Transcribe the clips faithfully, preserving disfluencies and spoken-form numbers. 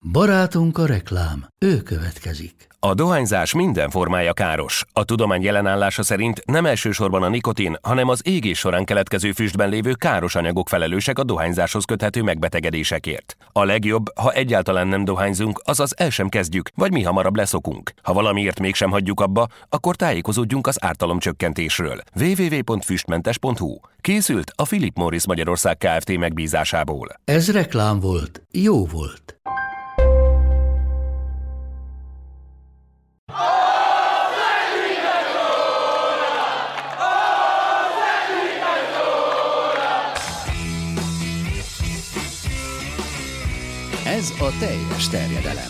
Barátunk a reklám, ő következik. A dohányzás minden formája káros. A tudomány jelenállása szerint nem elsősorban a nikotin, hanem az égés során keletkező füstben lévő káros anyagok felelősek a dohányzáshoz köthető megbetegedésekért. A legjobb, ha egyáltalán nem dohányzunk, azaz el sem kezdjük, vagy mi hamarabb leszokunk. Ha valamiért mégsem hagyjuk abba, akkor tájékozódjunk az ártalomcsökkentésről. double-u double-u double-u pont füstmentes pont hu. Készült a Philip Morris Magyarország Kft. Megbízásából. Ez reklám volt, jó volt. Ez a teljes terjedelem.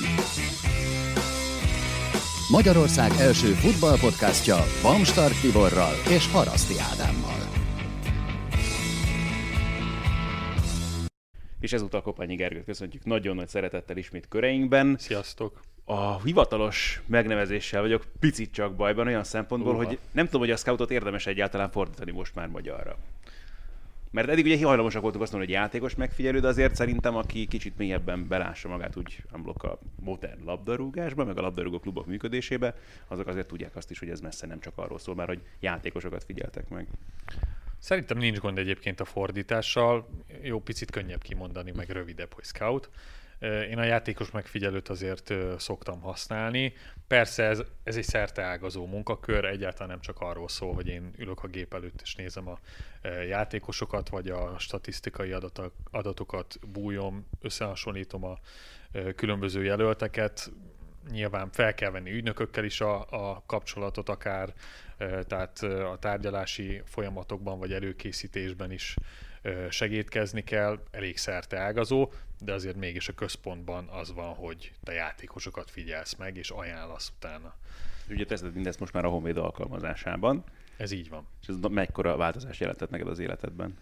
Magyarország első futballpodcastja Bamstart Tiborral és Haraszti Ádámmal. És ezúttal Kopányi Gergőt köszöntjük nagyon nagy szeretettel ismét köreinkben. Sziasztok! A hivatalos megnevezéssel vagyok picit csak bajban olyan szempontból, Uha. hogy nem tudom, hogy a scoutot érdemes egyáltalán fordítani most már magyarra. Mert eddig ugye hajlamosak voltunk azt mondani, hogy játékos megfigyelő, de azért szerintem, aki kicsit mélyebben belássa magát úgy unblock a modern labdarúgásba, meg a labdarúgó klubok működésébe, azok azért tudják azt is, hogy ez messze nem csak arról szól már, hogy játékosokat figyeltek meg. Szerintem nincs gond egyébként a fordítássel, jó picit könnyebb kimondani, meg rövidebb, hogy scout. Én a játékos megfigyelőt azért szoktam használni. Persze ez, ez egy szerteágazó munkakör, egyáltalán nem csak arról szól, hogy én ülök a gép előtt és nézem a játékosokat, vagy a statisztikai adatok, adatokat bújom, összehasonlítom a különböző jelölteket. Nyilván fel kell venni ügynökökkel is a, a kapcsolatot akár, tehát a tárgyalási folyamatokban vagy előkészítésben is segítkezni kell, elég szerteágazó, de azért mégis a központban az van, hogy te játékosokat figyelsz meg, és ajánlasz utána. Ugye teszed mindezt most már a Honvéd alkalmazásában. Ez így van. És ez mekkora változást jelentett neked az életedben?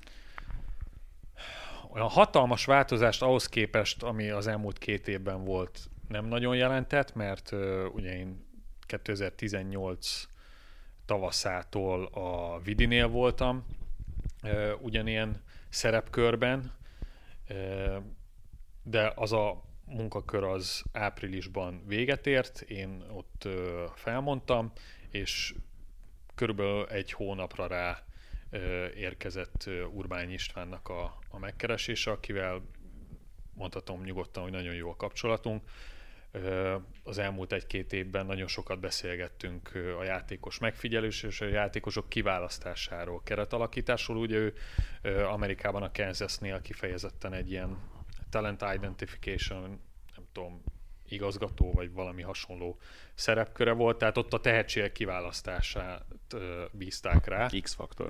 Olyan hatalmas változást ahhoz képest, ami az elmúlt két évben volt, nem nagyon jelentett, mert uh, ugye én kétezer-tizennyolc tavaszától a Vidinél voltam, uh, ugyanilyen szerepkörben, uh, de az a munkakör az áprilisban véget ért, én ott uh, felmondtam, és körülbelül egy hónapra rá uh, érkezett uh, Urbány Istvánnak a, a megkeresése, akivel mondhatom nyugodtan, hogy nagyon jó a kapcsolatunk. Az elmúlt egy-két évben nagyon sokat beszélgettünk a játékos megfigyelés és a játékosok kiválasztásáról, keretalakításról. Ugye ő Amerikában a Kansasnél kifejezetten egy ilyen talent identification, nem tudom, igazgató vagy valami hasonló szerepköre volt, tehát ott a tehetségek kiválasztását bízták rá. X-faktor.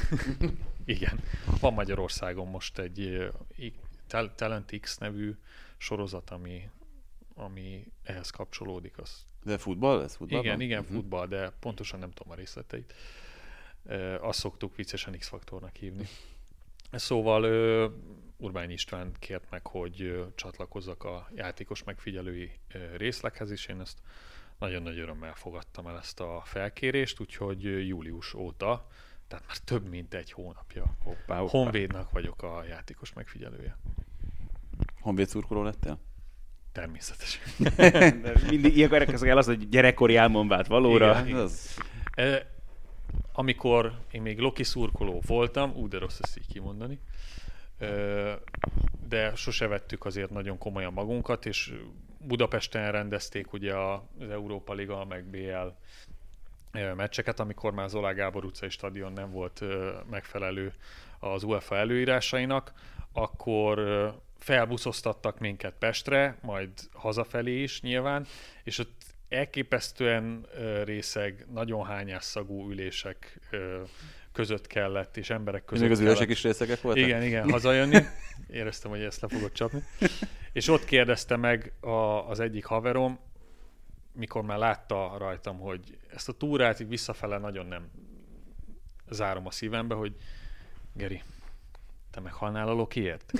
Igen. Van Magyarországon most egy Talent X nevű sorozat, ami ami ehhez kapcsolódik. Az... De futball? Ez futball? Igen, igen, uh-huh. futball, de pontosan nem tudom a részleteit. E, azt szoktuk viccesen X-faktornak hívni. Szóval uh, Urbány István kért meg, hogy uh, csatlakozzak a játékos megfigyelői uh, részleghez, és én ezt nagyon nagy örömmel fogadtam el ezt a felkérést, úgyhogy uh, július óta, tehát már több mint egy hónapja hoppá, hoppá. Honvédnak vagyok a játékos megfigyelője. Honvéd szurkoló lettél? Természetesen. Mindig ilyenkor elkezdek el az, hogy gyerekkori álmom vált valóra. Igen, az... e, amikor én még Loki szurkoló voltam, úgy de rossz ezt így kimondani, e, de sose vettük azért nagyon komolyan magunkat, és Budapesten rendezték ugye az Európa Liga, meg bé el meccseket, amikor már Zolá Gábor utcai stadion nem volt megfelelő az UEFA előírásainak, akkor felbuszoztattak minket Pestre, majd hazafelé is nyilván, és ott elképesztően részeg, nagyon hányásszagú ülések között kellett, és emberek között Még az kellett. ülések is részegek voltak? Igen, igen, hazajönni. Éreztem, hogy ezt le fogod csapni. És ott kérdezte meg a, az egyik haverom, mikor már látta rajtam, hogy ezt a túrát így visszafele nagyon nem zárom a szívembe, hogy Geri, te meghalnál a Lokiért?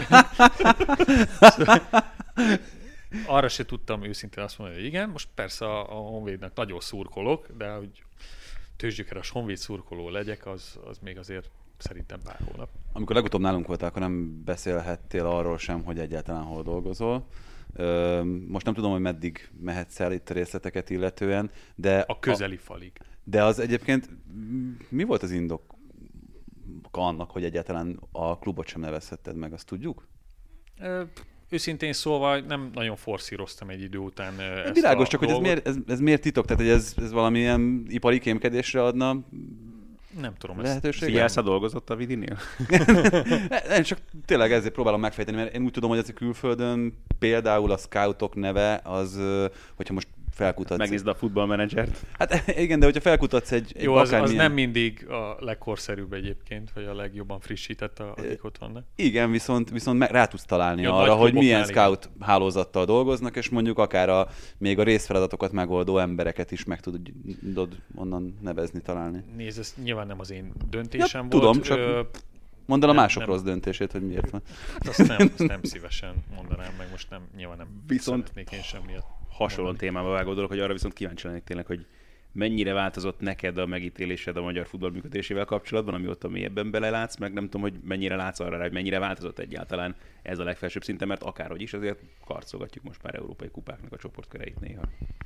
Arra se tudtam őszintén azt mondani, hogy igen, most persze a, a Honvédnek nagyon szurkolok, de hogy tőzsgyökeres Honvéd szurkoló legyek, az, az még azért szerintem pár hónap. Amikor legutóbb nálunk voltál, akkor nem beszélhettél arról sem, hogy egyáltalán hol dolgozol. Most nem tudom, hogy meddig mehetsz el itt a részleteket illetően, de... A közeli falig. De az egyébként mi volt az indok annak, hogy egyáltalán a klubot sem nevezhetted meg, azt tudjuk? Ö, őszintén szólva nem nagyon forszíroztam egy idő után ezt Világos, a csak dolgot. hogy ez miért, ez, ez miért titok? Tehát, hogy ez, ez valamilyen ipari kémkedésre adna nem tudom lehetőséget? Figyelsz, ha dolgozott a Vidinél? Nem, csak tényleg ezért próbálom megfejteni, mert én úgy tudom, hogy ez a külföldön például a scoutok neve az, hogyha most felkutatsz... Megnézd a futballmenedzsert. Hát igen, de hogyha felkutatsz egy... egy Jó, az, az akármilyen... nem mindig a legkorszerűbb egyébként, vagy a legjobban frissített, akik ott vannak. Igen, viszont, viszont meg rá tudsz találni Jó, arra, hogy milyen kluboknál, scout hálózattal dolgoznak, és mondjuk akár a, még a részfeladatokat megoldó embereket is meg tudod onnan nevezni, találni. Nézd, ez nyilván nem az én döntésem Ja, volt. tudom, csak Ö, mondd el a nem, mások nem. rossz döntését, hogy miért van. Hát azt nem, azt nem szívesen mondanám meg, most nem, nyilván nem Viszont szeretnék én semmiért. Hasonló mondani. témába vágó dolog, hogy arra viszont kíváncsi lennék tényleg, hogy mennyire változott neked a megítélésed a magyar futball működésével kapcsolatban, amióta mélyebben belelátsz, meg nem tudom, hogy mennyire látsz arra, hogy mennyire változott egyáltalán ez a legfelsőbb szinten, mert akárhogy is, azért karcolgatjuk most már európai kupáknak a csoportköreit néha.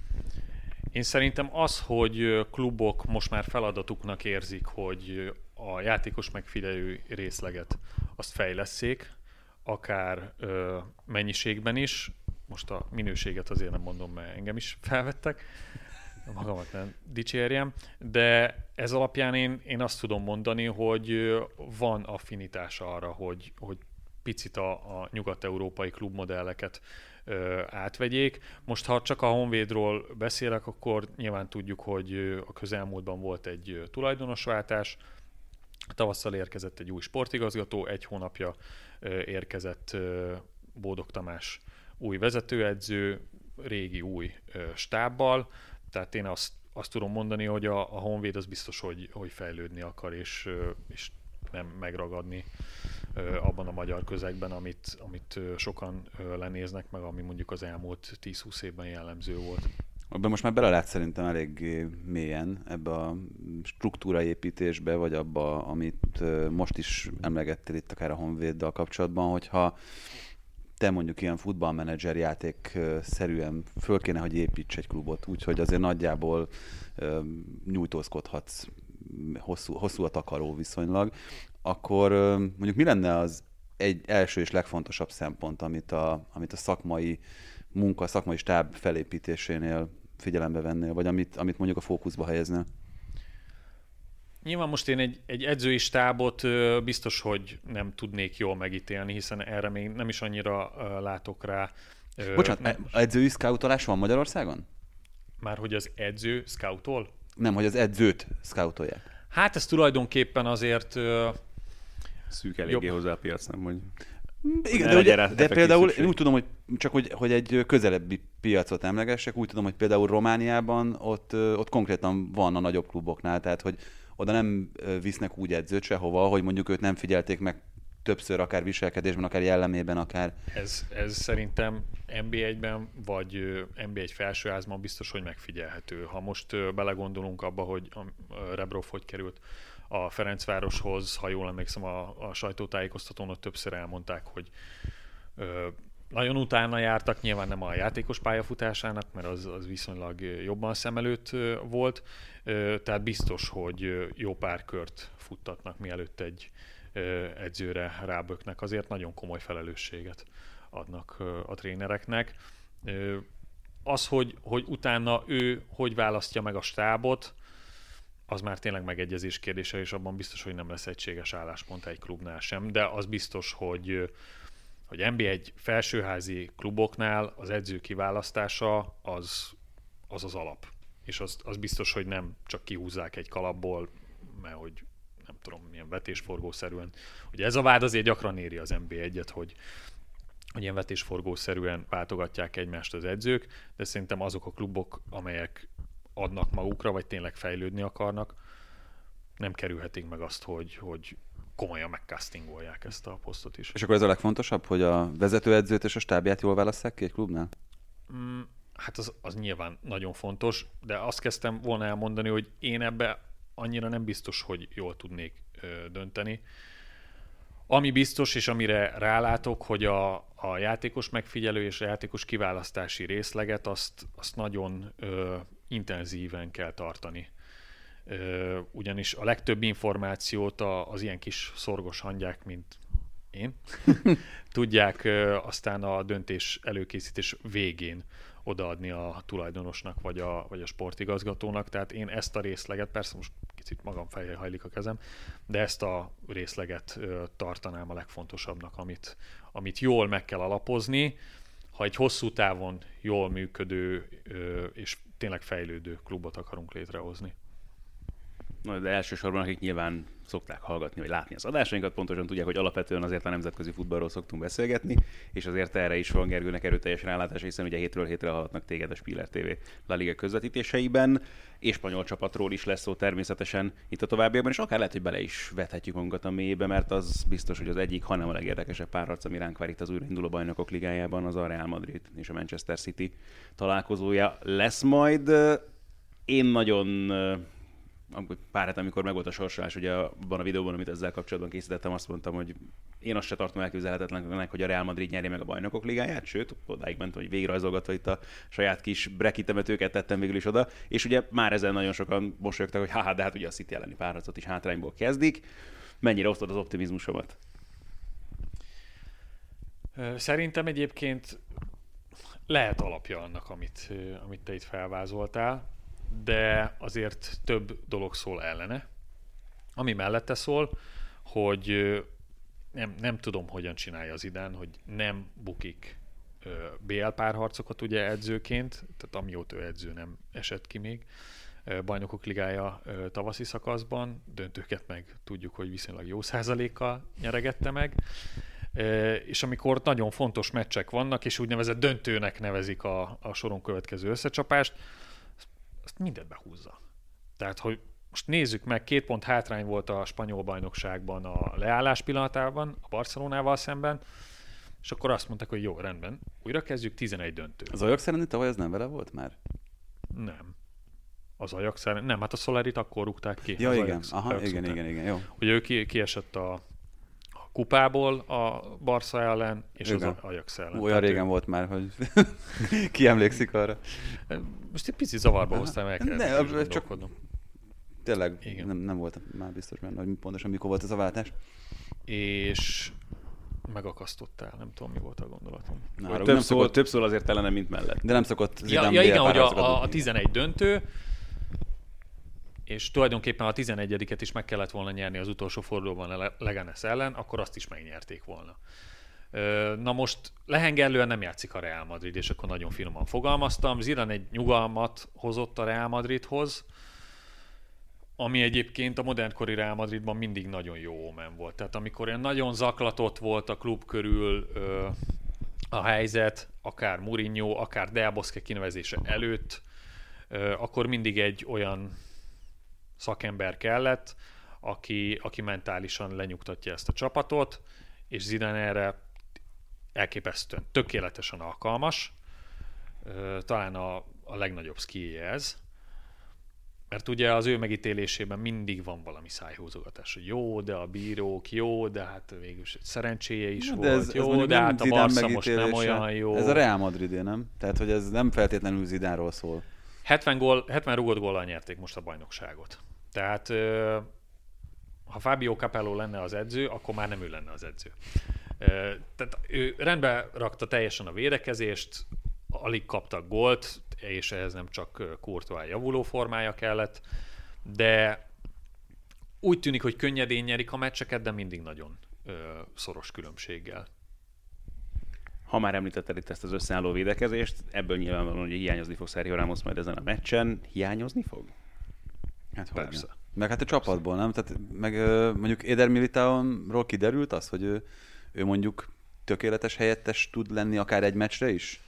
Én szerintem az, hogy klubok most már feladatuknak érzik, hogy a játékos megfigyelő részleget azt fejlesszék, akár ö, mennyiségben is, most a minőséget azért nem mondom, mert engem is felvettek, magamat nem dicsérjem, de ez alapján én, én azt tudom mondani, hogy van affinitás arra, hogy, hogy picit a, a nyugat-európai klubmodelleket ö, átvegyék. Most ha csak a Honvédról beszélek, akkor nyilván tudjuk, hogy a közelmúltban volt egy tulajdonosváltás, tavasszal érkezett egy új sportigazgató, egy hónapja ö, érkezett ö, Bódog Tamás új vezetőedző, régi új ö, stábbal, tehát én azt, azt tudom mondani, hogy a, a Honvéd az biztos, hogy, hogy fejlődni akar, és, ö, és nem megragadni ö, abban a magyar közegben, amit, amit ö, sokan ö, lenéznek, meg ami mondjuk az elmúlt tíz-húsz évben jellemző volt. Abban most már belelátsz szerintem elég mélyen ebbe a struktúraépítésbe, vagy abba, amit most is emlegettél itt akár a Honvéddal kapcsolatban, hogyha te mondjuk ilyen futballmenedzser játék szerűen föl kéne, hogy építs egy klubot, úgyhogy azért nagyjából nyújtózkodhatsz, hosszú, hosszú a takaró viszonylag, akkor mondjuk mi lenne az egy első és legfontosabb szempont, amit a, amit a szakmai munka, a szakmai stáb felépítésénél figyelembe vennél, vagy amit, amit mondjuk a fókuszba helyeznél? Nyilván most én egy, egy edzői stábot ö, biztos, hogy nem tudnék jól megítélni, hiszen erre még nem is annyira ö, látok rá. Ö, Bocsánat, nem, edzői scoutolás van Magyarországon? már hogy az edző scoutol? Nem, hogy az edzőt scoutolják. Hát ez tulajdonképpen azért... Ö, Szűk eléggé Jobb. hozzá a piac, nem, hogy... Igen, Ne de, ugye, legyen rá de effektív például szükség. én úgy tudom, hogy csak hogy, hogy egy közelebbi piacot emlegessek, úgy tudom, hogy például Romániában ott, ott konkrétan van a nagyobb kluboknál, tehát hogy oda nem visznek úgy edzőt sehova, hogy mondjuk őt nem figyelték meg többször, akár viselkedésben, akár jellemében, akár... ez, ez szerintem en bé egyben vagy ö, en bé egy felsőházban biztos, hogy megfigyelhető. Ha most ö, belegondolunk abba, hogy a ö, Rebrov hogy került a Ferencvároshoz, ha jól emlékszem, a, a sajtótájékoztatón ott többször elmondták, hogy ö, nagyon utána jártak, nyilván nem a játékos pályafutásának, mert az, az viszonylag jobban szem előtt ö, volt, ö, tehát biztos, hogy ö, jó pár kört futtatnak, mielőtt egy ö, edzőre ráböknek. Azért nagyon komoly felelősséget adnak ö, a trénereknek. Ö, az, hogy, hogy utána ő hogy választja meg a stábot, az már tényleg megegyezés kérdése, és abban biztos, hogy nem lesz egységes álláspont egy klubnál sem, de az biztos, hogy, hogy en bé egy felsőházi kluboknál az edző kiválasztása az az, az alap. És az, az biztos, hogy nem csak kihúzzák egy kalapból, mert hogy nem tudom, milyen vetésforgószerűen. Ugye ez a vád azért gyakran éri az en bé egyet, hogy hogy ilyen vetésforgószerűen váltogatják egymást az edzők, de szerintem azok a klubok, amelyek adnak magukra, vagy tényleg fejlődni akarnak, nem kerülhetik meg azt, hogy, hogy komolyan megcastingolják ezt a posztot is. És akkor ez a legfontosabb, hogy a vezetőedzőt és a stábját jól válasszák ki egy klubnál? Mm, hát az, az nyilván nagyon fontos, de azt kezdtem volna elmondani, hogy én ebbe annyira nem biztos, hogy jól tudnék ö, dönteni. Ami biztos, és amire rálátok, hogy a, a játékos megfigyelő és a játékos kiválasztási részleget azt, azt nagyon ö, intenzíven kell tartani. Ö, ugyanis a legtöbb információt a, az ilyen kis szorgos hangyák, mint én, tudják ö, aztán a döntés előkészítés végén odaadni a tulajdonosnak vagy a, vagy a sportigazgatónak. Tehát én ezt a részleget, persze most kicsit magam fejjel hajlik a kezem, de ezt a részleget ö, tartanám a legfontosabbnak, amit, amit jól meg kell alapozni, ha egy hosszú távon jól működő ö, és tényleg fejlődő klubot akarunk létrehozni. Na, de elsősorban, akik nyilván szokták hallgatni, vagy látni az adásainkat, pontosan tudják, hogy alapvetően azért a nemzetközi futballról szoktunk beszélgetni, és azért erre is van Gergőnek erőteljes rálátása, hiszen ugye hétről hétre hallhatnak téged a Spiller té vé La Liga közvetítéseiben, és spanyol csapatról is lesz szó természetesen itt a továbbiakban, és akár lehet, hogy bele is vethetjük magunkat a mélyébe, mert az biztos, hogy az egyik, hanem a legérdekesebb párharc, ami ránk vár itt az újrainduló bajnokok ligájában, az a Real Madrid és a Manchester City találkozója lesz majd. Én nagyon pár hét, amikor megvolt a sorsolás, ugye abban a videóban, amit ezzel kapcsolatban készítettem, azt mondtam, hogy én azt se tartom elképzelhetetlennek, hogy a Real Madrid nyeri meg a bajnokok ligáját, sőt, odáig ment, hogy végrajzolgatva itt a saját kis brekitemetőket tettem végül is oda, és ugye már ezen nagyon sokan mosolyogtak, hogy haha, de hát ugye a City elleni párharcot is hátrányból kezdik. Mennyire osztod az optimizmusomat? Szerintem egyébként lehet alapja annak, amit, amit te itt felvázoltál, de azért több dolog szól ellene. Ami mellette szól, hogy nem, nem tudom, hogyan csinálja az Zidane, hogy nem bukik bé el párharcokat ugye edzőként, tehát amióta ő edző nem esett ki még Bajnokok Ligája tavaszi szakaszban, döntőket meg tudjuk, hogy viszonylag jó százalékkal nyeregette meg, és amikor nagyon fontos meccsek vannak, és úgynevezett döntőnek nevezik a, a soron következő összecsapást, azt mindent behúzza. Tehát, hogy most nézzük meg, két pont hátrány volt a spanyol bajnokságban a leállás pillanatában, a Barcelonával szemben, és akkor azt mondták, hogy jó, rendben, újra kezdjük, tizenegy döntő. Az Ajax elleni tavaly az nem vele volt már? Nem. Az Ajax ellen, nem, hát a Solarit akkor rúgták ki. Ja, az igen, Ajax, aha, Ajax igen, igen, igen, jó. Ugye ő ki, kiesett a, a kupából a Barca ellen, és igen. Az Ajax ellen. Olyan régen ő... volt már, hogy ki emlékszik arra. Most egy picit zavarba hoztam, el kell ne, csak tényleg nem, nem volt már biztos benne, hogy pontosan mikor volt ez a váltás. És megakasztottál, nem tudom, mi volt a gondolatom. Na, több, szó, szokott... több szól azért ellene, mint mellett. De nem szokott Zidane ja, ja igen, hogy a, a tizenegy döntő, és tulajdonképpen a tizenegyediket is meg kellett volna nyerni az utolsó fordulóban Leganes ellen, akkor azt is megnyerték volna. Na most lehengerlően nem játszik a Real Madrid, és akkor nagyon finoman fogalmaztam. Zidane egy nyugalmat hozott a Real Madridhoz, ami egyébként a modernkori Real Madridban mindig nagyon jó omen volt. Tehát amikor olyan nagyon zaklatott volt a klub körül ö, a helyzet, akár Mourinho, akár Del Bosque kinevezése előtt, ö, akkor mindig egy olyan szakember kellett, aki, aki mentálisan lenyugtatja ezt a csapatot, és Zidane erre elképesztően, tökéletesen alkalmas. Ö, talán a, a legnagyobb szkíje ez. Mert ugye az ő megítélésében mindig van valami szájhúzogatás, hogy jó, de a bírók jó, de hát végülis egy szerencséje is de volt, ez, jó, ez de hát a Barca most nem olyan jó. Ez a Real Madridé, nem? Tehát, hogy ez nem feltétlenül Zidánról szól. hetven, gól, hetven rugott góllal nyerték most a bajnokságot. Tehát ha Fabio Capello lenne az edző, akkor már nem ő lenne az edző. Tehát ő rendbe rakta teljesen a védekezést, alig kaptak gólt, és ehhez nem csak Courtois javuló formája kellett, de úgy tűnik, hogy könnyedén nyerik a meccseket, de mindig nagyon ö, szoros különbséggel. Ha már említetted itt ezt az összeálló védekezést, ebből nyilvánvalóan, hogy hiányozni fog Sergio Ramos majd ezen a meccsen. Hiányozni fog? Hát persze. Meg hát a persze. Csapatból, nem? Tehát meg mondjuk Eder Militaóról kiderült az, hogy ő, ő mondjuk tökéletes helyettes tud lenni akár egy meccsre is?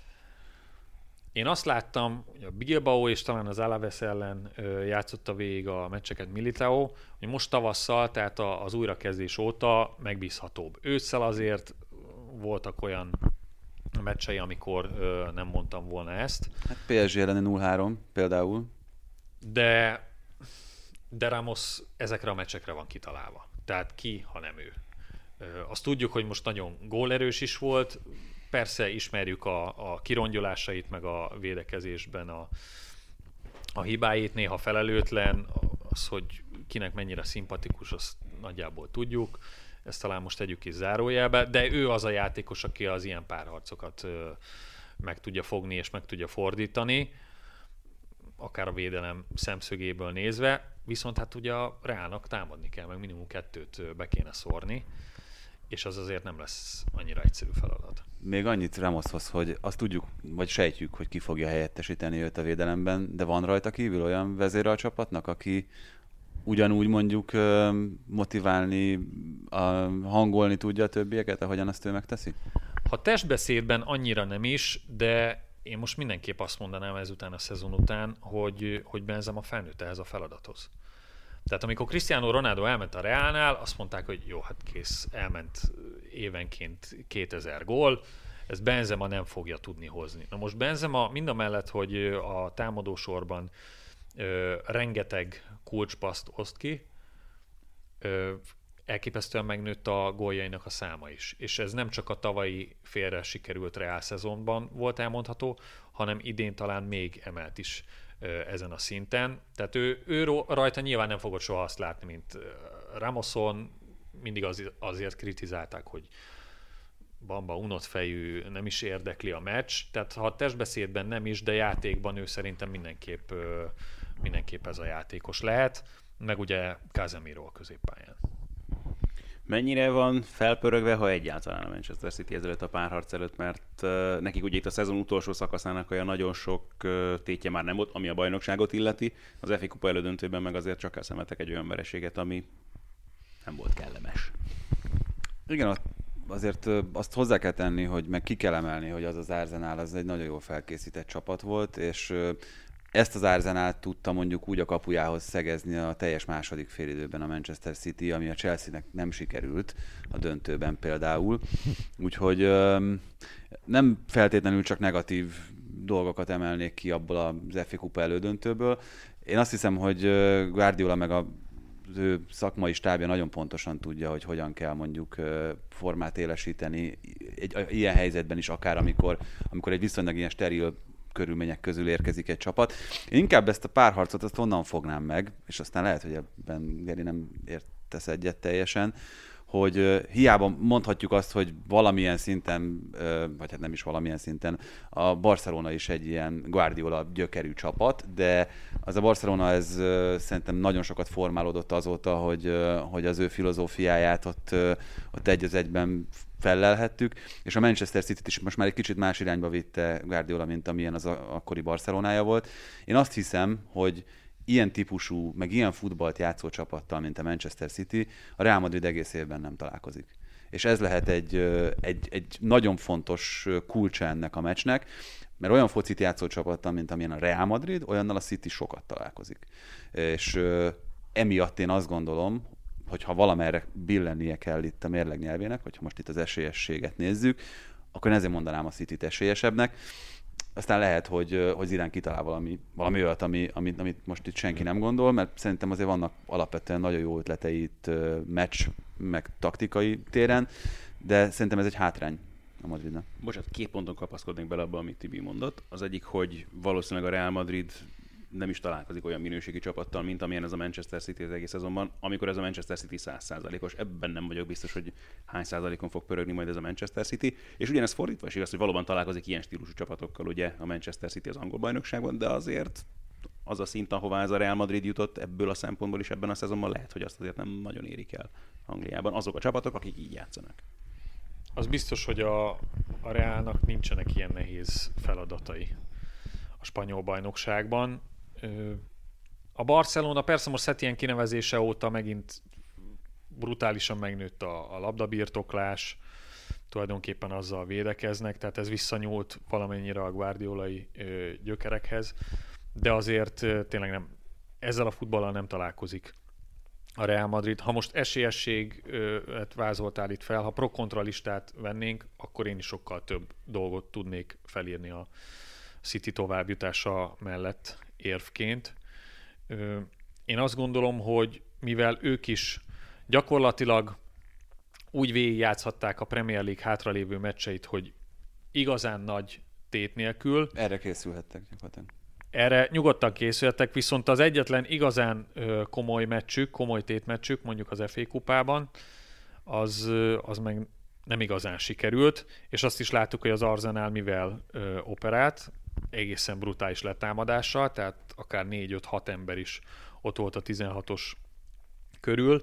Én azt láttam, hogy a Bilbao és talán az Alaves ellen játszotta végig a meccseket Militao, hogy most tavasszal, tehát az újrakezdés óta megbízhatóbb. Ősszel azért voltak olyan meccsei, amikor nem mondtam volna ezt. Hát pé es gé elleni nulla három például. De, de Ramos ezekre a meccsekre van kitalálva. Tehát ki, ha nem ő. Azt tudjuk, hogy most nagyon gólerős is volt, persze ismerjük a, a kirongyolásait, meg a védekezésben a, a hibáit, néha felelőtlen, az, hogy kinek mennyire szimpatikus, azt nagyjából tudjuk. Ezt talán most tegyük ki zárójelbe, de ő az a játékos, aki az ilyen párharcokat ö, meg tudja fogni és meg tudja fordítani, akár a védelem szemszögéből nézve, viszont hát ugye a Reálnak támadni kell, meg minimum kettőt be kéne szórni, és az azért nem lesz annyira egyszerű feladat. Még annyit Ramoshoz, hogy azt tudjuk, vagy sejtjük, hogy ki fogja helyettesíteni őt a védelemben, de van rajta kívül olyan vezére a csapatnak, aki ugyanúgy mondjuk motiválni, hangolni tudja a többieket, ahogyan azt ő megteszi? Ha testbeszédben annyira nem is, de én most mindenképp azt mondanám ezután a szezon után, hogy, hogy Benzema felnőtt ehhez a feladathoz. Tehát amikor Cristiano Ronaldo elment a Realnál, azt mondták, hogy jó, hát kész, elment évenként kétezer gól, ezt Benzema nem fogja tudni hozni. Na most Benzema mindamellett, hogy a támadósorban ö, rengeteg kulcspaszt oszt ki, ö, elképesztően megnőtt a góljainak a száma is. És ez nem csak a tavalyi félre sikerült Real szezonban volt elmondható, hanem idén talán még emelt is ezen a szinten. Tehát ő, ő rajta nyilván nem fogod soha azt látni, mint Ramoson, mindig az, azért kritizálták, hogy bamba unott fejű, nem is érdekli a meccs. Tehát ha testbeszédben nem is, de játékban ő szerintem mindenképp, mindenképp ez a játékos lehet, meg ugye Casemiro a középpályán. Mennyire van felpörögve, ha egyáltalán a Manchester City ezelőtt a párharc előtt, mert uh, nekik ugye itt a szezon utolsó szakaszának olyan nagyon sok uh, tétje már nem volt, ami a bajnokságot illeti. Az ef á kupa elődöntőben meg azért csak elszemeltek egy olyan vereséget, ami nem volt kellemes. Igen, azért azt hozzá kell tenni, hogy meg ki kell emelni, hogy az az Arsenal az egy nagyon jól felkészített csapat volt, és ezt az Arsenalt tudta mondjuk úgy a kapujához szegezni a teljes második félidőben a Manchester City, ami a Chelsea-nek nem sikerült a döntőben például. Úgyhogy nem feltétlenül csak negatív dolgokat emelnék ki abból az ef á kupa elődöntőből. Én azt hiszem, hogy Guardiola meg a az ő szakmai stábja nagyon pontosan tudja, hogy hogyan kell mondjuk formát élesíteni egy ilyen helyzetben is, akár amikor, amikor egy viszonylag ilyen steril körülmények közül érkezik egy csapat. Én inkább ezt a párharcot azt onnan fognám meg, és aztán lehet, hogy ebben Geri nem értesz egyet teljesen, hogy hiába mondhatjuk azt, hogy valamilyen szinten, vagy hát nem is valamilyen szinten, a Barcelona is egy ilyen Guardiola gyökerű csapat, de az a Barcelona ez szerintem nagyon sokat formálódott azóta, hogy, hogy az ő filozófiáját ott, ott egy az egyben fellelhettük, és a Manchester City-t is most már egy kicsit más irányba vitte Guardiola, mint amilyen az akkori Barcelonája volt. Én azt hiszem, hogy ilyen típusú, meg ilyen futballt játszó csapattal, mint a Manchester City, a Real Madrid egész évben nem találkozik. És ez lehet egy, egy, egy nagyon fontos kulcsa ennek a meccsnek, mert olyan focit játszó csapattal, mint amilyen a Real Madrid, olyannal a City sokat találkozik. És emiatt én azt gondolom, hogyha valamerre billennie kell itt a mérleg nyelvének, hogyha most itt az esélyességet nézzük, akkor én ezért mondanám a Cityt esélyesebbnek. Aztán lehet, hogy, hogy Zidane kitalál valami, valami olyat, ami, amit, amit most itt senki nem gondol, mert szerintem azért vannak alapvetően nagyon jó ötletei itt meccs, meg taktikai téren, de szerintem ez egy hátrány a Madridnak. Bocsánat, két ponton kapaszkodnék bele abba, amit Tibi mondott. Az egyik, hogy valószínűleg a Real Madrid nem is találkozik olyan minőségi csapattal, mint amilyen ez a Manchester City az egész szezonban, amikor ez a Manchester City száz százalékos. Ebben nem vagyok biztos, hogy hány százalékon fog pörögni majd ez a Manchester City. És ugyanez fordítva is igaz, hogy valóban találkozik ilyen stílusú csapatokkal ugye a Manchester City az angol bajnokságban, de azért az a szint, ahová ez a Real Madrid jutott ebből a szempontból is ebben a szezonban, lehet, hogy azt azért nem nagyon érik el Angliában azok a csapatok, akik így játszanak. Az biztos, hogy a, a Realnak nincsenek ilyen nehéz feladatai a spanyol bajnokságban. A Barcelona persze most Setien kinevezése óta megint brutálisan megnőtt a, a labdabirtoklás, tulajdonképpen azzal védekeznek, tehát ez visszanyúlt valamennyire a guardiolai ö, gyökerekhez, de azért ö, tényleg nem, ezzel a futballal nem találkozik a Real Madrid. Ha most esélyességet vázoltál itt fel, ha pro-kontra listát vennénk, akkor én is sokkal több dolgot tudnék felírni a City továbbjutása mellett érvként. Én azt gondolom, hogy mivel ők is gyakorlatilag úgy végigjátszhatták a Premier League hátralévő meccseit, hogy igazán nagy tét nélkül. Erre készülhettek gyakorlatilag. Erre nyugodtan készültek, viszont az egyetlen igazán ö, komoly meccsük, komoly tétmeccsük, mondjuk az ef á kupában, az, ö, az meg nem igazán sikerült, és azt is láttuk, hogy az Arsenal mivel ö, operált, egészen brutális letámadással, tehát akár négy öt hat ember is ott volt a tizenhatos körül.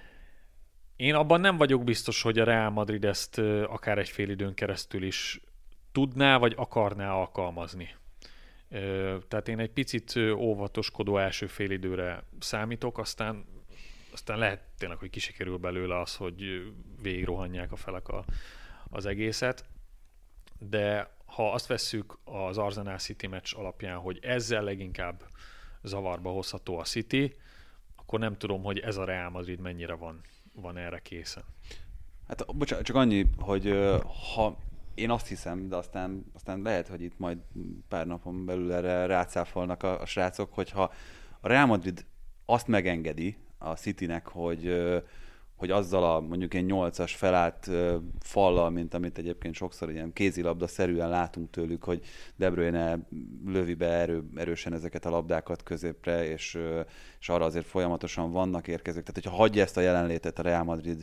Én abban nem vagyok biztos, hogy a Real Madrid ezt ö, akár egy fél időn keresztül is tudná, vagy akarná alkalmazni. Ö, tehát én egy picit óvatoskodó első fél időre számítok, aztán, aztán lehet tényleg, hogy kisikerül belőle az, hogy végigrohanják a felek a, az egészet. De ha azt vesszük az Arsenal City meccs alapján, hogy ezzel leginkább zavarba hozható a City, akkor nem tudom, hogy ez a Real Madrid mennyire van, van erre készen. Hát bocsánat, csak annyi, hogy ha én azt hiszem, de aztán, aztán lehet, hogy itt majd pár napon belül erre rácáfolnak a, a srácok, hogyha a Real Madrid azt megengedi a Citynek, hogy, hogy azzal a mondjuk egy nyolcas felállt fallal, mint amit egyébként sokszor ilyen kézilabda-szerűen látunk tőlük, hogy De Bruyne lövi be erő, erősen ezeket a labdákat középre, és, és arra azért folyamatosan vannak érkezők. Tehát, hogyha hagyja ezt a jelenlétet a Real Madrid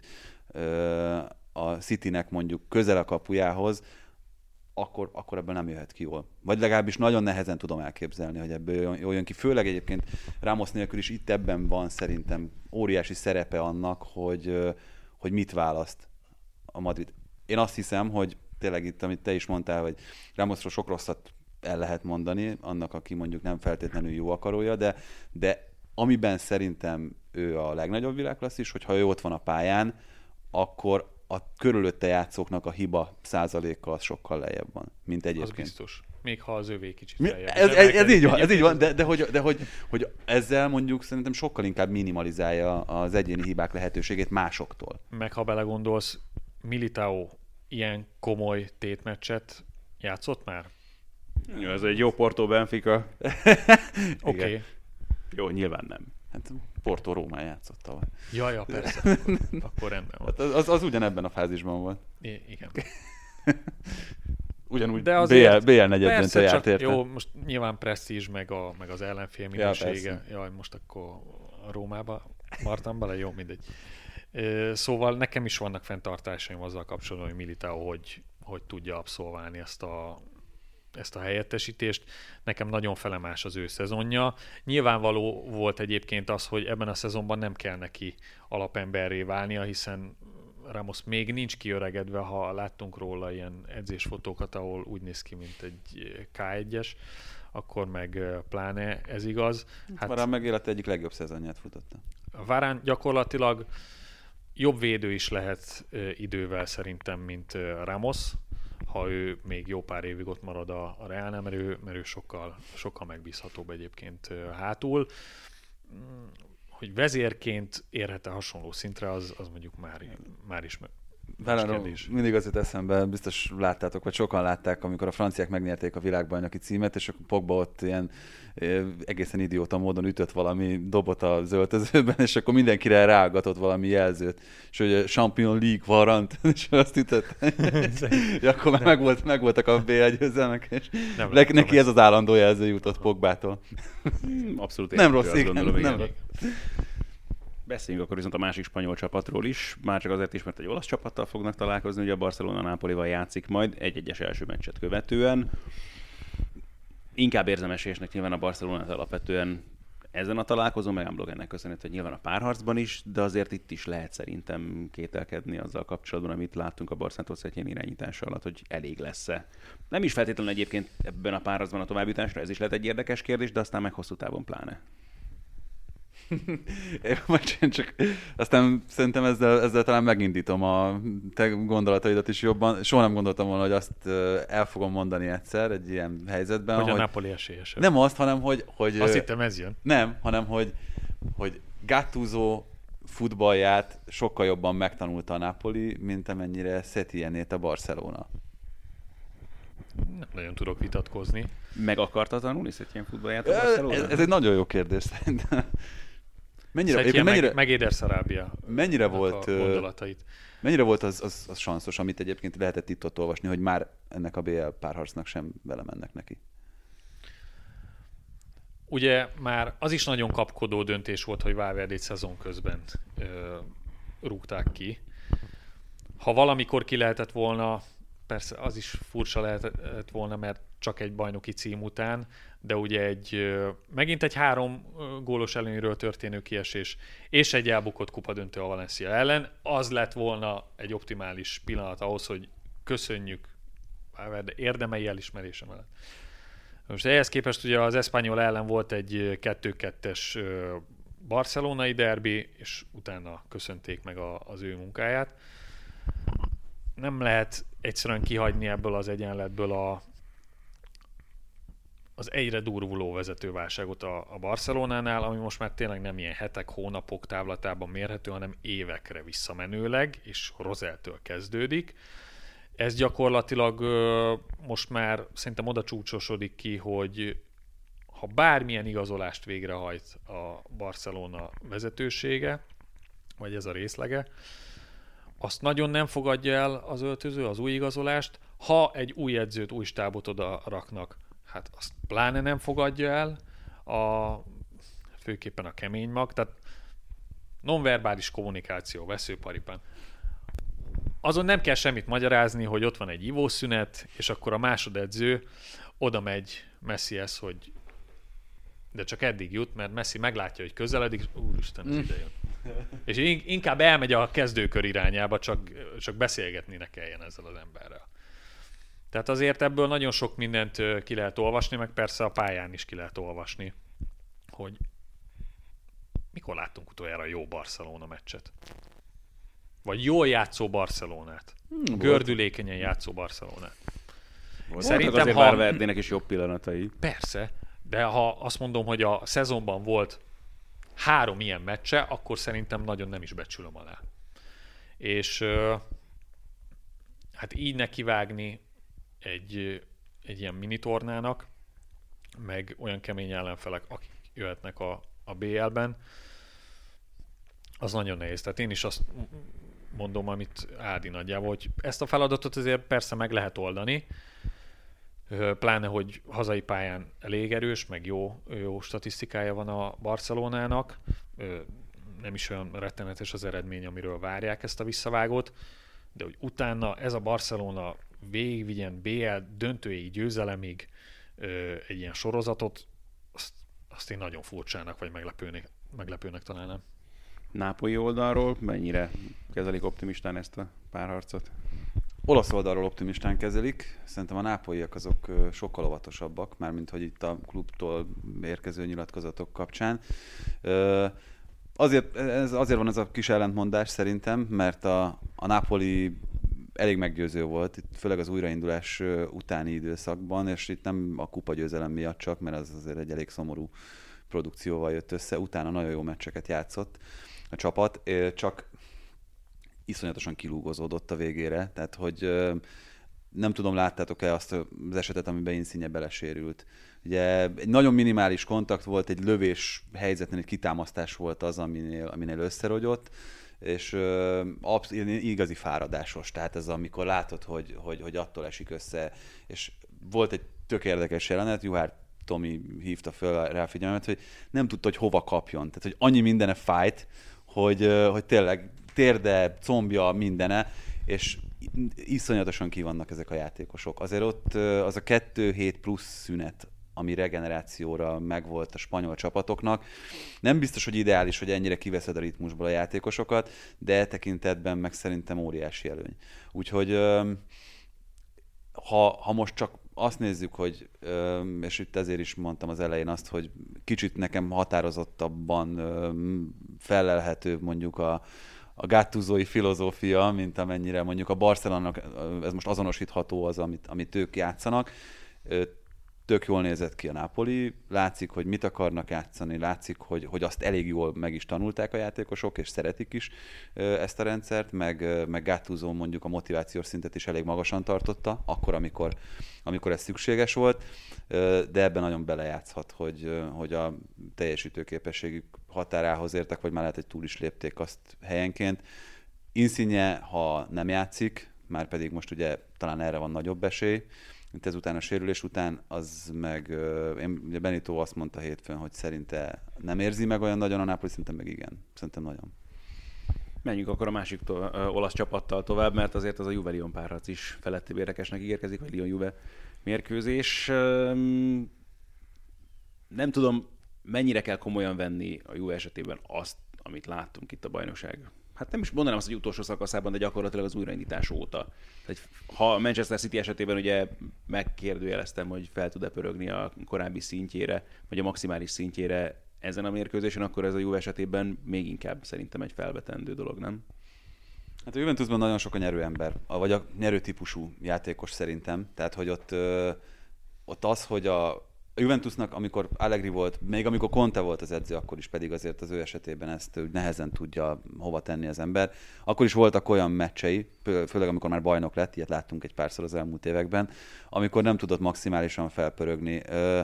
a Citynek mondjuk közel a kapujához, akkor, akkor ebből nem jöhet ki jól. Vagy legalábbis nagyon nehezen tudom elképzelni, hogy ebből jól jön ki. Főleg egyébként Ramos nélkül is itt ebben van szerintem óriási szerepe annak, hogy, hogy mit választ a Madrid. Én azt hiszem, hogy tényleg itt, amit te is mondtál, hogy Ramosról sok rosszat el lehet mondani, annak, aki mondjuk nem feltétlenül jó akarója, de, de amiben szerintem ő a legnagyobb világklasszis, hogyha ő ott van a pályán, akkor a körülötte játszóknak a hiba százaléka az sokkal lejjebb van, mint egyébként. Az biztos. Még ha az övé kicsit Mi, feljebb. ez, ez, ez így van, ez így van, de, de, hogy, de hogy, hogy ezzel mondjuk szerintem sokkal inkább minimalizálja az egyéni hibák lehetőségét másoktól. Meg ha belegondolsz, Militao ilyen komoly tétmeccset játszott már? Jó, ez egy jó Porto Benfica. Oké. Okay. Jó, nyilván nem. Hát Porto Rómán játszott tavaly. Ja, ja, persze. Akkor, akkor rendben van. Hát az, az, az ugyanebben a fázisban volt. I- igen. Ugyanúgy De azért, bé el negyeddöntő járt érte. Jó, most nyilván presztízs meg, a, meg az ellenfél minősége. Ja, Jaj, most akkor a Rómába martam bele, jó, mindegy. Szóval nekem is vannak fenntartásaim azzal kapcsolatban, hogy Militao hogy, hogy tudja abszolválni ezt a, ezt a helyettesítést. Nekem nagyon felemás az ő szezonja. Nyilvánvaló volt egyébként az, hogy ebben a szezonban nem kell neki alapemberré válnia, hiszen Ramos még nincs kiöregedve, ha láttunk róla ilyen edzésfotókat, ahol úgy néz ki, mint egy ká egyes, akkor meg pláne ez igaz. Hát, Varán meg élete egyik legjobb szezonját futotta. Varán gyakorlatilag jobb védő is lehet idővel szerintem, mint Ramos, ha ő még jó pár évig ott marad a, a Reálnál, mert ő, mert ő sokkal, sokkal megbízhatóbb egyébként hátul. Hogy vezérként érhet-e hasonló szintre, az, az mondjuk már, már is Velem mindig az jut eszembe, biztos láttátok, vagy sokan látták, amikor a franciák megnyerték a világbajnoki címet, és akkor Pogba ott ilyen egészen idióta módon ütött valami dobot az öltözőben, és akkor mindenkire ráagatott valami jelzőt, és hogy Champion League varant, és azt ütött. És akkor már meg, volt, meg voltak a bé egy győzelmek, és le, neki ez az állandó jelző jutott Pogbától. Abszolút nem rossz, igen, gondolom, nem rossz. Beszéljünk akkor viszont a másik spanyol csapatról is, már csak azért is, mert egy olasz csapattal fognak találkozni, ugye a Barcelona Nápolival játszik majd egy-egyes első meccset követően. Inkább érzemesésnek nyilván a Barcelonát alapvetően ezen a találkozón, meg Amblok ennek köszönhető, hogy nyilván a párharcban is, de azért itt is lehet szerintem kételkedni azzal kapcsolatban, amit láttunk a Barcelona Szettyén irányítása alatt, hogy elég lesz-e. Nem is feltétlenül egyébként ebben a párharcban a továbbjutásra, ez is lehet egy érdekes kérdés, de aztán meg hosszú távon pláne. Én csak aztán szerintem ezzel, ezzel talán megindítom a te gondolataidat is jobban. Soha nem gondoltam volna, hogy azt el fogom mondani egyszer egy ilyen helyzetben. Hogy, hogy a Napoli esélyesebb. Nem azt, hanem hogy... hogy azt hittem ez jön. Nem, hanem hogy, hogy Gattuso futballját sokkal jobban megtanulta a Napoli, mint amennyire Setyenét a Barcelona. Nem nagyon tudok vitatkozni. Meg akarta tanulni Setyen futballját a Barcelona? Ez, ez egy nagyon jó kérdés szerintem. mennyire, mennyire, meg Éder Sarabia mennyire volt, gondolatait. Mennyire volt az, az, az sanszos, amit egyébként lehetett itt ott olvasni, hogy már ennek a bé el párharcnak sem vele mennek neki? Ugye már az is nagyon kapkodó döntés volt, hogy Valverdét szezon közben ö, rúgták ki. Ha valamikor ki lehetett volna, persze az is furcsa lehetett volna, mert csak egy bajnoki cím után, de ugye egy, megint egy három gólos előnyről történő kiesés, és egy elbukott kupadöntő a Valencia ellen, az lett volna egy optimális pillanat ahhoz, hogy köszönjük Valverde érdemei elismerése mellett. Most ehhez képest ugye az Espanyol ellen volt egy kettő kettes barcelonai derbi, és utána köszönték meg a, az ő munkáját. Nem lehet egyszerűen kihagyni ebből az egyenletből a, az egyre durvuló vezetőválságot a, a Barcelonánál, ami most már tényleg nem ilyen hetek, hónapok távlatában mérhető, hanem évekre visszamenőleg, és Roseltől kezdődik. Ez gyakorlatilag most már szerintem oda csúcsosodik ki, hogy ha bármilyen igazolást végrehajt a Barcelona vezetősége, vagy ez a részlege, azt nagyon nem fogadja el az öltöző, az új igazolást. Ha egy új edzőt, új stábot oda raknak, hát azt pláne nem fogadja el, a, főképpen a kemény mag, tehát nonverbális kommunikáció, veszőparipán. Azon nem kell semmit magyarázni, hogy ott van egy ivószünet, és akkor a másodedző oda megy Messihez, hogy de csak eddig jut, mert Messi meglátja, hogy közeledik, úristen, ez ide jön. És inkább elmegy a kezdőkör irányába, csak, csak beszélgetni ne kelljen ezzel az emberrel. Tehát azért ebből nagyon sok mindent ki lehet olvasni, meg persze a pályán is ki lehet olvasni, hogy mikor láttunk utoljára jó Barcelona meccset? Vagy jól játszó Barcelonát. Hmm, gördülékenyen játszó Barcelonát. Volt. Szerintem azért ha... Valverdének is jobb pillanatai. Persze, de ha azt mondom, hogy a szezonban volt három ilyen meccse, akkor szerintem nagyon nem is becsülöm alá. És hát így nekivágni egy, egy ilyen minitornának, meg olyan kemény ellenfelek, akik jöhetnek a, a bé el-ben, az nagyon nehéz. Tehát én is azt mondom, amit Ádi nagyjából, hogy ezt a feladatot azért persze meg lehet oldani, pláne, hogy hazai pályán elég erős, meg jó, jó statisztikája van a Barcelonának, nem is olyan rettenetes az eredmény, amiről várják ezt a visszavágót, de hogy utána ez a Barcelona végigvigyen bé el döntői győzelemig egy ilyen sorozatot, azt, azt én nagyon furcsának, vagy meglepőnek, meglepőnek találnám. Nápolyi oldalról mennyire kezelik optimistán ezt a párharcot? Olasz oldalról optimistán kezelik. Szerintem a nápolyiak azok sokkal óvatosabbak, mármint hogy itt a klubtól érkező nyilatkozatok kapcsán. Azért, ez, azért van ez a kis ellentmondás szerintem, mert a, a Napoli elég meggyőző volt, itt főleg az újraindulás utáni időszakban, és itt nem a kupagyőzelem miatt csak, mert az azért egy elég szomorú produkcióval jött össze, utána nagyon jó meccseket játszott a csapat, csak iszonyatosan kilúgozódott a végére, tehát hogy nem tudom, láttátok-e azt az esetet, amiben Insigne belesérült. Ugye egy nagyon minimális kontakt volt, egy lövés helyzetnél, egy kitámasztás volt az, aminél, aminél összerogyott, és absz- igazi fáradásos, tehát ez amikor látod, hogy, hogy, hogy attól esik össze, és volt egy tök érdekes jelenet, Juhár Tomi hívta föl rá figyelmet, hogy nem tudta, hogy hova kapjon, tehát hogy annyi mindene fájt, hogy, hogy tényleg térde, combja, mindene, és iszonyatosan ki vannak ezek a játékosok. Azért ott az a kettő hét plusz szünet, ami regenerációra megvolt a spanyol csapatoknak. Nem biztos, hogy ideális, hogy ennyire kiveszed a ritmusból a játékosokat, de tekintetben meg szerintem óriási előny. Úgyhogy ha, ha most csak azt nézzük, hogy, és itt ezért is mondtam az elején azt, hogy kicsit nekem határozottabban fellelhető mondjuk a a Gattusói filozófia, mint amennyire mondjuk a Barcelonának ez most azonosítható az, amit, amit ők játszanak. tök jól nézett ki a Napoli, látszik, hogy mit akarnak játszani, látszik, hogy, hogy azt elég jól meg is tanulták a játékosok, és szeretik is ezt a rendszert, meg, meg Gattuso mondjuk a motivációs szintet is elég magasan tartotta, akkor, amikor, amikor ez szükséges volt, de ebben nagyon belejátszhat, hogy, hogy a teljesítőképességük határához értek, vagy már lehet, hogy túl is lépték azt helyenként. Insigne, ha nem játszik, már pedig most ugye talán erre van nagyobb esély, mint ezután a sérülés után, az meg, én, ugye Benito azt mondta hétfőn, hogy szerinte nem érzi meg olyan nagyon a Napoli, szerintem meg igen. Szerintem nagyon. Menjünk akkor a másik to- olasz csapattal tovább, mert azért az a Juve-Lyon párharc is felettébb érdekesnek ígérkezik, vagy Lyon-Juve mérkőzés. Nem tudom, mennyire kell komolyan venni a Juve esetében azt, amit láttunk itt a bajnokság. Hát nem is mondanám azt, hogy utolsó szakaszában, de gyakorlatilag az újraindítás óta. Tehát, ha a Manchester City esetében ugye megkérdőjeleztem, hogy fel tud-e pörögni a korábbi szintjére, vagy a maximális szintjére ezen a mérkőzésen, akkor ez a Juve esetében még inkább szerintem egy felvetendő dolog, nem? Hát a Juventusban nagyon sok a nyerő ember, vagy a nyerő típusú játékos szerintem. Tehát, hogy ott, ott az, hogy a A Juventusnak, amikor Allegri volt, még amikor Conte volt az edző, akkor is pedig azért az ő esetében ezt nehezen tudja hova tenni az ember. Akkor is voltak olyan meccsei, főleg amikor már bajnok lett, ilyet láttunk egy párszor az elmúlt években, amikor nem tudott maximálisan felpörögni.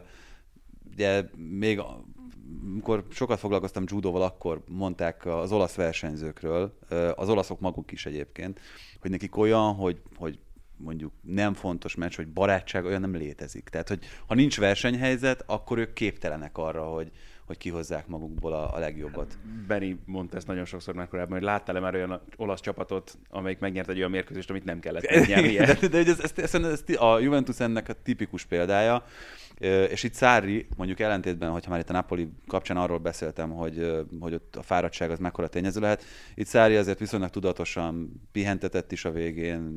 Ugye még amikor sokat foglalkoztam judóval, akkor mondták az olasz versenyzőkről, az olaszok maguk is egyébként, hogy nekik olyan, hogy, hogy mondjuk nem fontos meccs, hogy barátság, olyan nem létezik. Tehát, hogy ha nincs versenyhelyzet, akkor ők képtelenek arra, hogy, hogy kihozzák magukból a, a legjobbat. Benni mondta ezt nagyon sokszor már korábban, hogy láttál-e már olyan olasz csapatot, amelyik megnyert egy olyan mérkőzést, amit nem kellett megnyernie? de, de ez, ez, ez, ez, a Juventus ennek a tipikus példája, és itt Sarri, mondjuk ellentétben, hogyha már itt a Napoli kapcsán arról beszéltem, hogy, hogy ott a fáradtság az mekkora tényező lehet, itt Sarri azért viszonylag tudatosan pihentetett is a végén,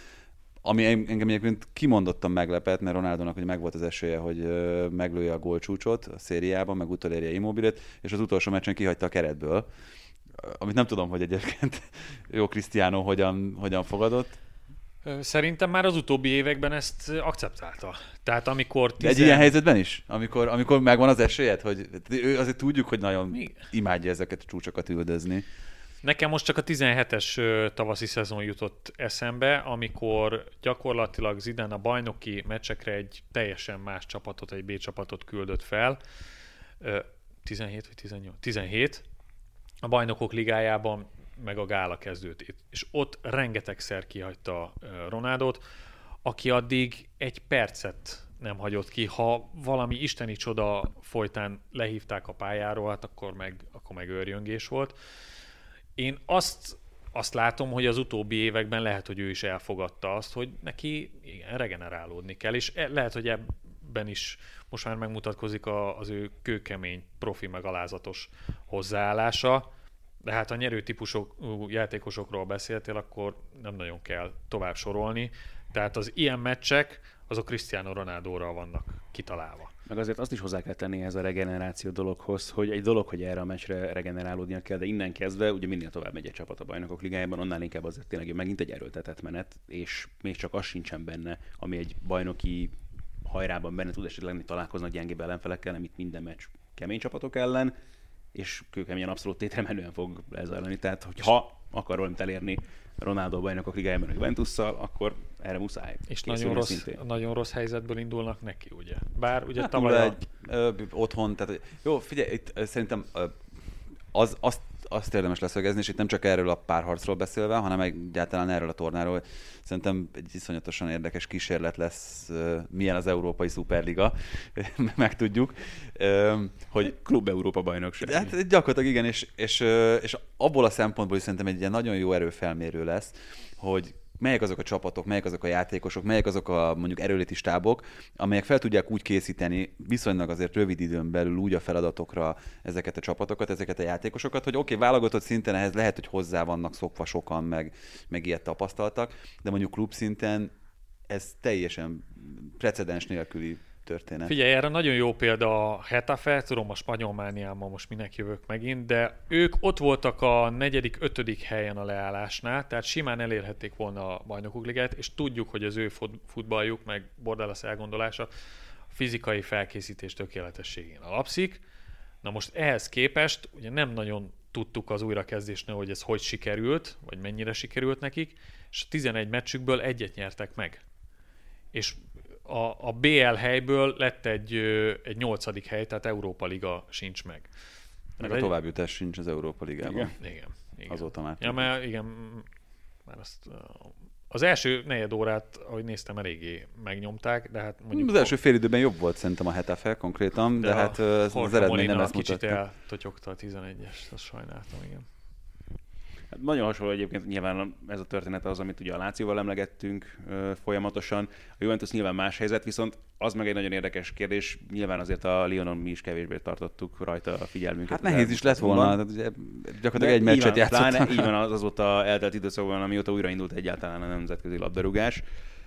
ami engem egyébként kimondottan meglepett, mert Ronaldónak ugye megvolt az esélye, hogy meglője a gólcsúcsot a szériában, meg utolérje Immobilét, és az utolsó meccsen kihagyta a keretből, amit nem tudom, hogy egyébként jó Cristiano hogyan, hogyan fogadott. Szerintem már az utóbbi években ezt akceptálta. Tehát amikor... Tizen... Egy ilyen helyzetben is? Amikor, amikor megvan az esélyed, hogy ő azért tudjuk, hogy nagyon Mi? imádja ezeket a csúcsokat üldözni. Nekem most csak a tizenhetes tavaszi szezon jutott eszembe, amikor gyakorlatilag Zidane a bajnoki meccsekre egy teljesen más csapatot, egy B csapatot küldött fel. tizenhét vagy tizennyolc? tizenhét. A Bajnokok Ligájában meg a gála kezdőt. És ott rengetegszer kihagyta Ronaldót, aki addig egy percet nem hagyott ki. Ha valami isteni csoda folytán lehívták a pályáról, hát akkor meg, akkor meg őrjöngés volt. Én azt, azt látom, hogy az utóbbi években lehet, hogy ő is elfogadta azt, hogy neki igen, regenerálódni kell, és lehet, hogy ebben is most már megmutatkozik a, az ő kőkemény, profi, meg alázatos hozzáállása, de hát ha nyerő típusok játékosokról beszéltél, akkor nem nagyon kell tovább sorolni. Tehát az ilyen meccsek, azok Cristiano Ronaldóra vannak kitalálva. Meg azért azt is hozzá kell tenni ez a regeneráció dologhoz, hogy egy dolog, hogy erre a meccsre regenerálódnia kell, de innen kezdve, ugye minél tovább megy egy csapat a Bajnokok Ligájában, annál inkább azért tényleg megint egy erőltetett menet, és még csak az sincsen benne, ami egy bajnoki hajrában benne tud esetleg lenni, találkoznak gyengébb ellenfelekkel, nem itt minden meccs kemény csapatok ellen, és kőkeményen abszolút tétremenően fog lezajlani. Tehát, hogy ha akar valamit elérni Ronaldo a Bajnokok Ligájában a Juventusszal, akkor erre muszáj. És nagyon rossz, nagyon rossz helyzetből indulnak neki, ugye? Bár ugye hát, tavaly egy, ö, otthon, tehát jó, figyelj, itt szerintem az, azt, azt érdemes leszögezni, és itt nem csak erről a párharcról beszélve, hanem egyáltalán erről a tornáról. Szerintem egy iszonyatosan érdekes kísérlet lesz, milyen az Európai Szuperliga, megtudjuk. Hogy Klub Európa bajnokság. Hát gyakorlatilag igen, és, és, és abból a szempontból is szerintem egy ilyen nagyon jó erőfelmérő lesz, hogy melyek azok a csapatok, melyek azok a játékosok, melyek azok a mondjuk erőléti stábok, amelyek fel tudják úgy készíteni viszonylag azért rövid időn belül úgy a feladatokra ezeket a csapatokat, ezeket a játékosokat, hogy oké, okay, válogatott szinten ehhez lehet, hogy hozzá vannak szokva sokan, meg, meg ilyet tapasztaltak, de mondjuk klub szinten ez teljesen precedens nélküli történet. Figyelj, erre nagyon jó példa a Getafe, tudom, a spanyol mániámmal most minek jövök megint, de ők ott voltak a negyedik, ötödik helyen a leállásnál, tehát simán elérhették volna a Bajnokok Ligáját, és tudjuk, hogy az ő futballjuk, meg Bordalas elgondolása fizikai felkészítés tökéletességén alapszik. Na most ehhez képest ugye nem nagyon tudtuk az újrakezdésnél, hogy ez hogy sikerült, vagy mennyire sikerült nekik, és a tizenegy meccsükből egyet nyertek meg. És a, a bé el helyből lett egy, egy nyolcadik hely, tehát Európa Liga sincs meg. Meg a továbbjutás sincs az Európa Ligában. Igen, igen. igen. Azóta már. Ja, mert igen, már azt, az első negyed órát, ahogy néztem, eléggé megnyomták, de hát mondjuk... Az első fél időben jobb volt szerintem a Hetafe konkrétan, de, de hát az, az eredmény nem ezt kicsit mutatta. eltotyogta a tizenegyest, azt sajnáltam, igen. Hát nagyon hasonló egyébként nyilván ez a történet az, amit ugye a Lációval emlegettünk ö, folyamatosan. A Juventus nyilván más helyzet, viszont az meg egy nagyon érdekes kérdés. Nyilván azért a Lyonon mi is kevésbé tartottuk rajta a figyelmünket. Hát nehéz is lett volna, de ugye gyakorlatilag egy meccset játszottak. Pláne, így van, az azóta eltelt időszakban, amióta újraindult egyáltalán a nemzetközi labdarúgás.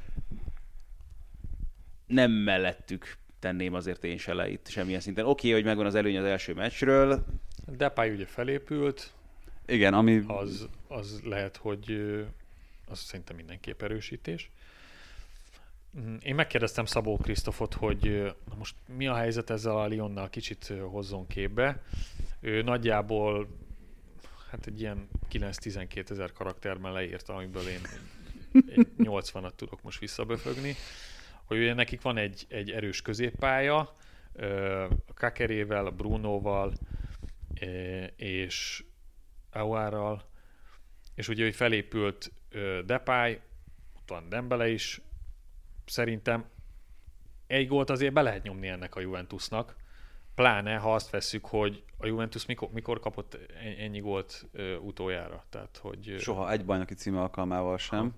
Nem mellettük tenném azért én se le itt semmilyen szinten. Oké, okay, hogy megvan az előny az első meccsről. Depay ugye felépült. Igen, ami... Az, az lehet, hogy az szerintem mindenképp erősítés. Én megkérdeztem Szabó Krisztofot, hogy na most mi a helyzet ezzel a Lyonnal, kicsit hozzon képbe. Ő nagyjából hát egy ilyen kilenc-tizenkét ezer karakterben leírta, amiből én egy nyolcvanat tudok most visszaböfögni, hogy ugye nekik van egy, egy erős középpálya, a Kakerével, a Brunoval és Aouarral, és ugye, hogy felépült Depay, ott van Dembele is, szerintem egy gólt azért be lehet nyomni ennek a Juventusnak, pláne ha azt vesszük, hogy a Juventus mikor, mikor kapott ennyi gólt utoljára. Tehát, hogy... Soha egy bajnoki címe alkalmával sem.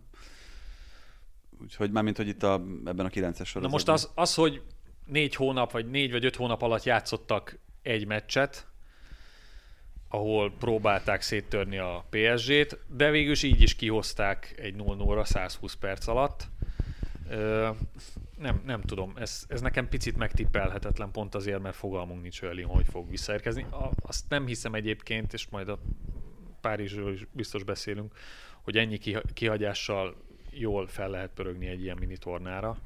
Úgyhogy mármint, hogy itt a, ebben a kilences sorozatban. Na most az, az, hogy négy hónap, vagy négy vagy öt hónap alatt játszottak egy meccset, ahol próbálták széttörni a pé es gét, de végül is így is kihozták egy nulla nulla százhúsz perc alatt. Ö, nem, nem tudom, ez, ez nekem picit megtippelhetetlen pont azért, mert fogalmunk nincs olyan, hogy fog visszaérkezni. A, azt nem hiszem egyébként, és majd a Párizsról is biztos beszélünk, hogy ennyi kihagyással jól fel lehet pörögni egy ilyen mini tornára.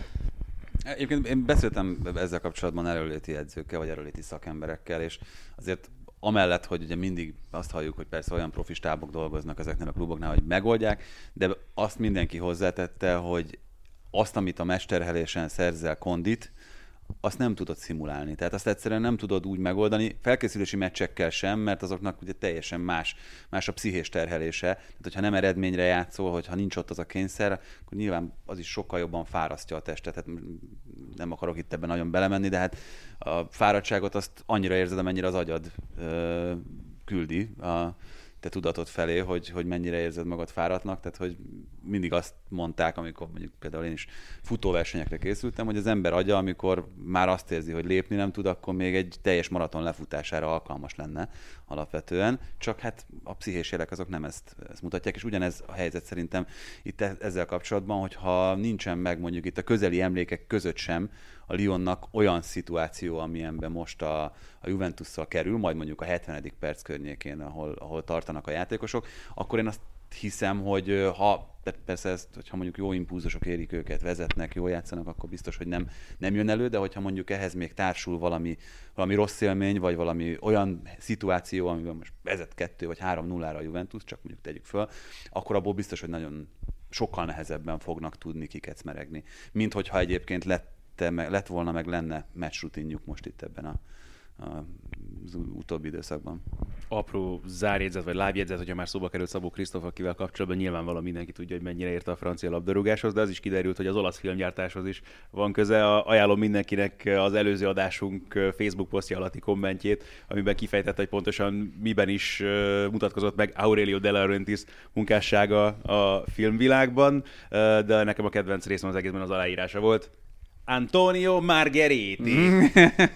Egyébként én beszéltem ezzel kapcsolatban erőléti edzőkkel, vagy erőléti szakemberekkel, és azért amellett, hogy ugye mindig azt halljuk, hogy persze olyan profi stábok dolgoznak ezeknél a kluboknál, hogy megoldják, de azt mindenki hozzátette, hogy azt, amit a mesterhelésen szerzel kondit, azt nem tudod szimulálni. Tehát azt egyszerűen nem tudod úgy megoldani, felkészülési meccsekkel sem, mert azoknak ugye teljesen más, más a pszichés terhelése. Tehát, hogyha nem eredményre játszol, hogyha nincs ott az a kényszer, akkor nyilván az is sokkal jobban fárasztja a testet. Tehát nem akarok itt ebben nagyon belemenni, de hát a fáradtságot azt annyira érzed, amennyire az agyad ö, küldi a te tudatod felé, hogy, hogy mennyire érzed magad fáradtnak, tehát hogy mindig azt mondták, amikor mondjuk például én is futóversenyekre készültem, hogy az ember agya, amikor már azt érzi, hogy lépni nem tud, akkor még egy teljes maraton lefutására alkalmas lenne alapvetően, csak hát a pszichés jelek azok nem ezt, ezt mutatják, és ugyanez a helyzet szerintem itt ezzel kapcsolatban, hogyha nincsen meg mondjuk itt a közeli emlékek között sem a Lyonnak olyan szituáció, amilyenben most a, a Juventusszal kerül, majd mondjuk a hetvenedik perc környékén, ahol, ahol tartanak a játékosok, akkor én azt hiszem, hogy ha, persze ezt, hogyha mondjuk jó impulzusok érik őket, vezetnek, jól játszanak, akkor biztos, hogy nem, nem jön elő, de hogyha mondjuk ehhez még társul valami, valami rossz élmény, vagy valami olyan szituáció, amiben most vezet kettő vagy három nullára a Juventus, csak mondjuk tegyük föl, akkor abból biztos, hogy nagyon sokkal nehezebben fognak tudni kikecmeregni. Mint hogyha egyébként lett lett volna, meg lenne meccsrutinjuk most itt ebben a, a, az utóbbi időszakban. Apró zárjegyzet, vagy lábjegyzet, hogyha már szóba került Szabó Krisztof, akivel kapcsolatban nyilvánvalóan mindenki tudja, hogy mennyire érte a francia labdarúgáshoz, de az is kiderült, hogy az olasz filmgyártáshoz is van köze. Ajánlom mindenkinek az előző adásunk Facebook posztja alatti kommentjét, amiben kifejtette, hogy pontosan miben is mutatkozott meg Aurelio De Laurentiis munkássága a filmvilágban, de nekem a kedvenc részem az egészben az aláírása volt. Antonio Margheriti. Mm.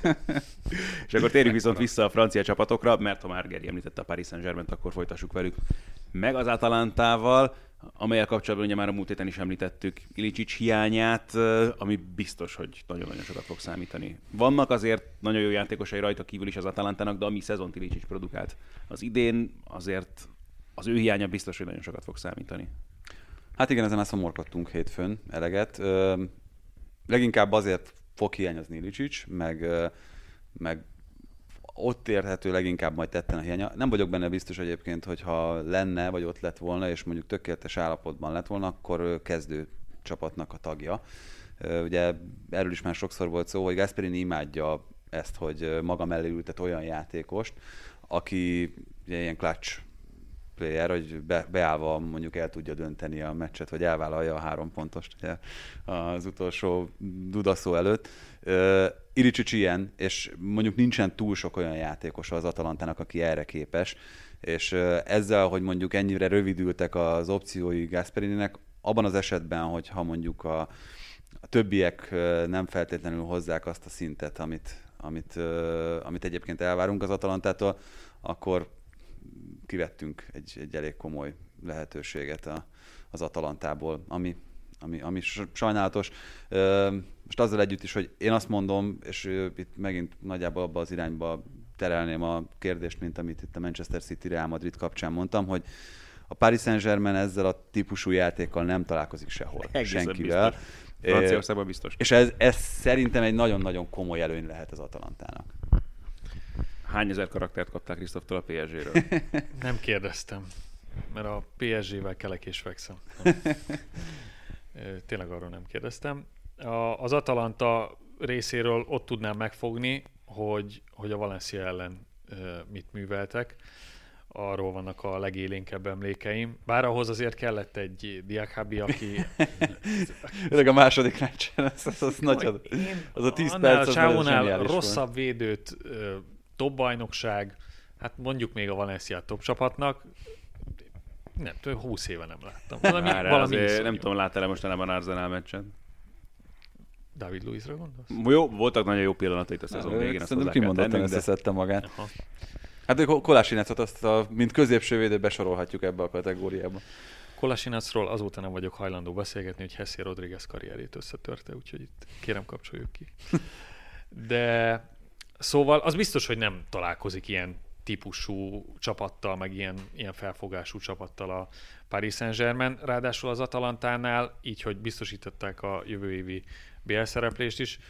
És akkor térjünk viszont vissza a francia csapatokra, mert ha Margheriti említette a Paris Saint-Germaint, akkor folytassuk velük. Meg az Atalantával, amelyel kapcsolatban ugye már a múlt héten is említettük Ilicic hiányát, ami biztos, hogy nagyon-nagyon sokat fog számítani. Vannak azért nagyon jó játékosai rajta kívül is az Atalantának, de ami szezont Ilicic produkált az idén, azért az ő hiánya biztos, hogy nagyon sokat fog számítani. Hát igen, ezen már szomorkodtunk hétfőn eleget. Leginkább azért fog hiányozni Ilicic, meg, meg ott érhető leginkább majd tetten a hiánya. Nem vagyok benne biztos egyébként, hogy ha lenne, vagy ott lett volna, és mondjuk tökéletes állapotban lett volna, akkor kezdő csapatnak a tagja. Ugye erről is már sokszor volt szó, hogy Gasperini imádja ezt, hogy maga mellé ültet olyan játékost, aki ugye, ilyen clutch player, hogy be, beállva mondjuk el tudja dönteni a meccset, vagy elvállalja a három pontost ugye, az utolsó dudaszó előtt. Uh, Ilicic ilyen, és mondjuk nincsen túl sok olyan játékos az Atalantának, aki erre képes, és uh, ezzel, hogy mondjuk ennyire rövidültek az opciói Gasperininek, abban az esetben, hogyha mondjuk a, a többiek uh, nem feltétlenül hozzák azt a szintet, amit, amit, uh, amit egyébként elvárunk az Atalantától, akkor kivettünk egy, egy elég komoly lehetőséget a, az Atalantából, ami, ami, ami sajnálatos. Most azzal együtt is, hogy én azt mondom, és itt megint nagyjából abba az irányba terelném a kérdést, mint amit itt a Manchester City Real Madrid kapcsán mondtam, hogy a Paris Saint-Germain ezzel a típusú játékkal nem találkozik sehol, egészen senkivel. Biztos. Franciaországban biztos. És ez, ez szerintem egy nagyon-nagyon komoly előny lehet az Atalantának. Hány ezer karaktert kapták Krisztoftól a pé es géről? Nem kérdeztem, mert a pé es gével kelek és fekszem. Tényleg arról nem kérdeztem. Az Atalanta részéről ott tudnám megfogni, hogy, hogy a Valencia ellen mit műveltek. Arról vannak a legélénkebb emlékeim. Bár ahhoz azért kellett egy Diakhabi, aki... Főleg a második meccsen, az, az, az nagy, az a tíz perc, az Csávónál rosszabb volt. Védőt, top bajnokság, hát mondjuk még a Valenciát top csapatnak, nem tudom, húsz éve nem láttam. Valami, Már valami nem tudom, láttál-e mostanában Arsenal meccsen? David Luizra gondolsz? Jó, voltak nagyon jó pillanatai a szezon végén. Szerintem kimondottan összeszedte magát. Aha. Hát Kolásinac-ot azt a, mint középső védő besorolhatjuk ebbe a kategóriába. Kolásinacról azóta nem vagyok hajlandó beszélgetni, hogy Jesse Rodriguez karrierét összetörte, úgyhogy itt kérem kapcsoljuk ki. De szóval az biztos, hogy nem találkozik ilyen típusú csapattal, meg ilyen, ilyen felfogású csapattal a Paris Saint-Germain. Ráadásul az Atalantánál, így, hogy biztosították a jövő évi bé el szereplést is,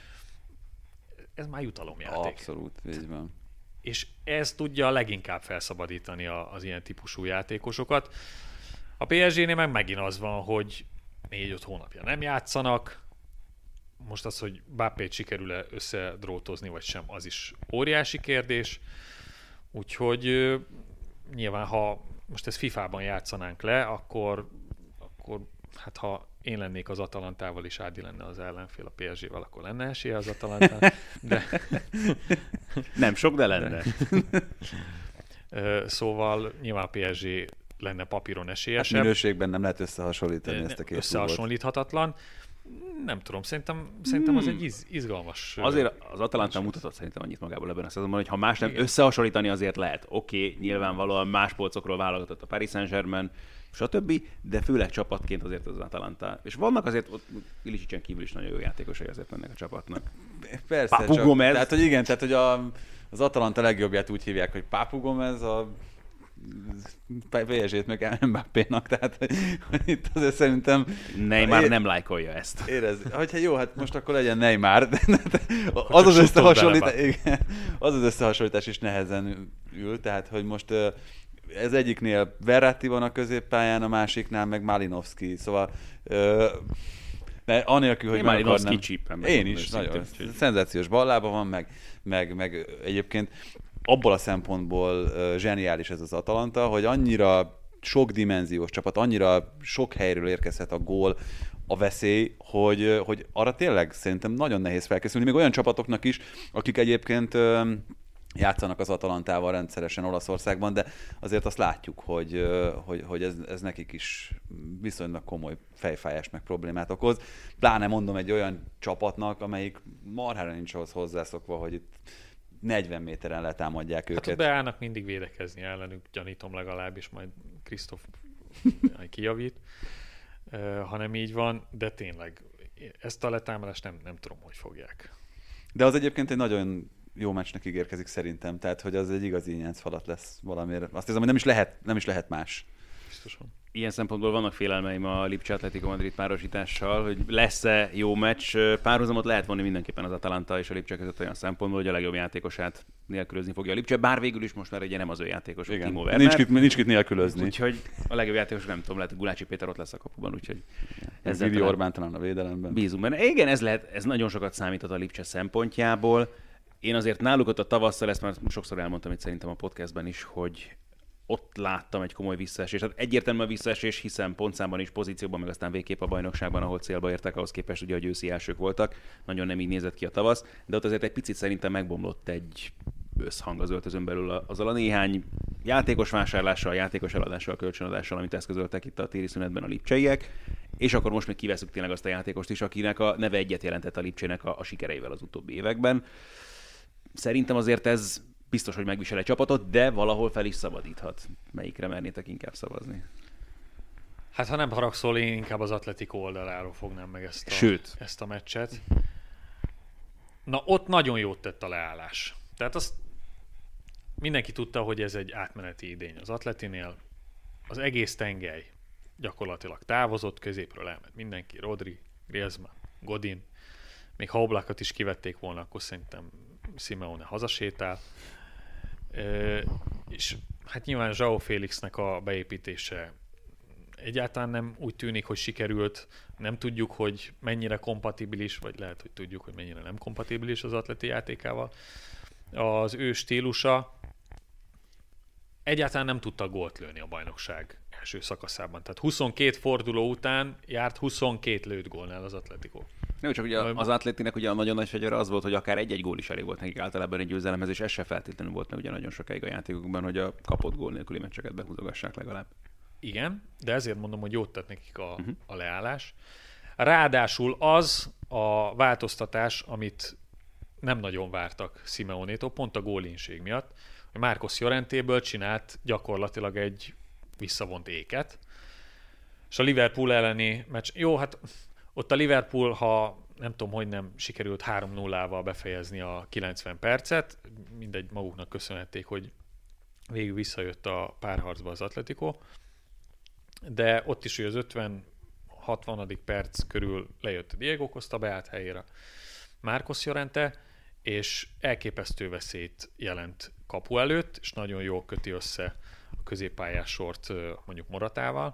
ez már jutalomjáték. Abszolút, így van. És ez tudja leginkább felszabadítani a, az ilyen típusú játékosokat. A pé es génél meg megint az van, hogy négy-öt hónapja nem játszanak. Most az, hogy Mbappét sikerül-e összedrótozni, vagy sem, az is óriási kérdés. Úgyhogy nyilván, ha most ezt fifában játszanánk le, akkor, akkor hát ha én lennék az Atalantával, és Ádi lenne az ellenfél a pé es gével, akkor lenne esélye az Atalantán. De... Nem sok, de lenne. De... Szóval nyilván a pé es gé lenne papíron esélyesebb. Hát minőségben nem lehet összehasonlítani de ezt a két összehasonlíthatatlan. Nem tudom, szerintem, szerintem az egy iz, izgalmas... Azért az Atalanta mutatott szerintem annyit magából ebben a szezonban, hogy ha más nem, igen, összehasonlítani azért lehet. Oké, okay, nyilvánvalóan más polcokról válogatott a Paris Saint-Germain, stb., de főleg csapatként azért az Atalanta. És vannak azért ott Ilicicen kívül is nagyon jó játékosai azért ennek a csapatnak. Persze, Papu csak, Gomez. Tehát, hogy igen, tehát, hogy a, az Atalanta legjobbját úgy hívják, hogy Papu Gomez, a pé es gét meg Mbappénak, tehát hogy, hogy itt azért szerintem... Neymar é... nem lájkolja ezt. Érez, hogyha jó, hát most akkor legyen Neymar, de, de, de az, az, összehasonlítás, igen, az az összehasonlítás is nehezen ül, tehát hogy most ez egyiknél Verratti van a középpályán, a másiknál meg Malinovski, szóval de anélkül, hogy én meg akarnám... Csípem, én is, nagyon szintén. Szenzációs ballába van, meg, meg, meg egyébként abból a szempontból uh, zseniális ez az Atalanta, hogy annyira sokdimenziós csapat, annyira sok helyről érkezhet a gól, a veszély, hogy, hogy arra tényleg szerintem nagyon nehéz felkészülni. Még olyan csapatoknak is, akik egyébként uh, játszanak az Atalantával rendszeresen Olaszországban, de azért azt látjuk, hogy, uh, hogy, hogy ez, ez nekik is viszonylag komoly fejfájás meg problémát okoz. Pláne mondom egy olyan csapatnak, amelyik marhára nincs ahhoz hozzászokva, hogy itt negyven méteren letámadják hát őket. Hát beállnak mindig védekezni ellenük, gyanítom legalábbis, majd Krisztof kijavít, uh, hanem így van, de tényleg ezt a letámadást nem, nem tudom, hogy fogják. De az egyébként egy nagyon jó meccsnek ígérkezik szerintem, tehát hogy az egy igazi nyánc falat lesz valamiért. Azt hiszem, hogy nem is lehet, nem is lehet más. biztosan. Ilyen szempontból vannak félelmeim a Lipcse Atletico Madrid párosítással, hogy lesz-e jó meccs. Párhuzamot lehet vonni mindenképpen az Atalanta és a Lipcse között olyan szempontból, hogy a legjobb játékosát nélkülözni fogja a Lipcse, bár végül is most már ugye nem az ő játékos, Igen. Timo Werner. Nincs kit, nincs kit nélkülözni. Úgyhogy a legjobb játékos nem tudom, lehet, hogy Gulácsi Péter ott lesz a kapuban, úgyhogy ezzel Vidi Orbán talán a védelemben. Bízunk benne. Igen, ez lehet, ez nagyon sokat számíthat a Lipcse szempontjából. Én azért náluk ott a tavasszal, ezt már sokszor elmondtam itt szerintem a podcastben is, hogy ott láttam egy komoly visszaesést. Tehát egyértelműen visszaesés, hiszen pontszámban is, pozícióban, meg aztán végképp a bajnokságban, ahol célba értek, ahhoz képest ugye a győzi elsők voltak. Nagyon nem így nézett ki a tavasz, de ott azért egy picit szerintem megbomlott egy összhang az öltözön belül azzal a néhány játékos vásárlással, játékos eladással, kölcsönadással, amit eszközöltek itt a téli szünetben a lipcseiek. És akkor most még kiveszünk tényleg azt a játékost is, akinek a neve egyet jelentett a Lipcsének a, a sikereivel az utóbbi években. Szerintem azért ez biztos, hogy megvisel egy csapatot, de valahol fel is szabadíthat. Melyikre mernétek inkább szavazni? Hát ha nem haragszol, én inkább az Atletico oldaláról fognám meg ezt a, Sőt. ezt a meccset. Na, ott nagyon jót tett a leállás. Tehát azt mindenki tudta, hogy ez egy átmeneti idény az Atletinél. Az egész tengely gyakorlatilag távozott, középről elment mindenki. Rodri, Griezmann, Godin. Még ha Oblakot is kivették volna, akkor szerintem Simeone hazasétál. E, és hát nyilván João Félixnek a beépítése egyáltalán nem úgy tűnik, hogy sikerült. Nem tudjuk, hogy mennyire kompatibilis, vagy lehet, hogy tudjuk, hogy mennyire nem kompatibilis az Atleti játékával. Az ő stílusa egyáltalán nem tudta gólt lőni a bajnokság első szakaszában. Tehát huszonkét forduló után járt huszonkét lőtt gólnál az Atletico. Nem, csak ugye az Atletinek ugye a nagyon nagy fegyvere az volt, hogy akár egy-egy gól is elég volt nekik általában egy győzelemhez, és ez se feltétlenül volt meg ugye nagyon sokáig a játékokban, hogy a kapott gól nélküli meccseket behúzogassák legalább. Igen, de ezért mondom, hogy jót tett nekik a, uh-huh. a leállás. Ráadásul az a változtatás, amit nem nagyon vártak Simeonétól, pont a gólinség miatt, hogy Marcos Llorentéből csinált gyakorlatilag egy visszavont éket, és a Liverpool elleni meccs, jó, hát ott a Liverpool, ha nem tudom, hogy nem sikerült három nullával befejezni a kilencven percet, mindegy, maguknak köszönhették, hogy végül visszajött a párharcba az Atletico, de ott is, hogy az ötven-hatvanedik perc körül lejött a Diego Costa, beállt helyére Marcos Llorente, és elképesztő veszélyt jelent kapu előtt, és nagyon jól köti össze a középpályás sort mondjuk Moratával.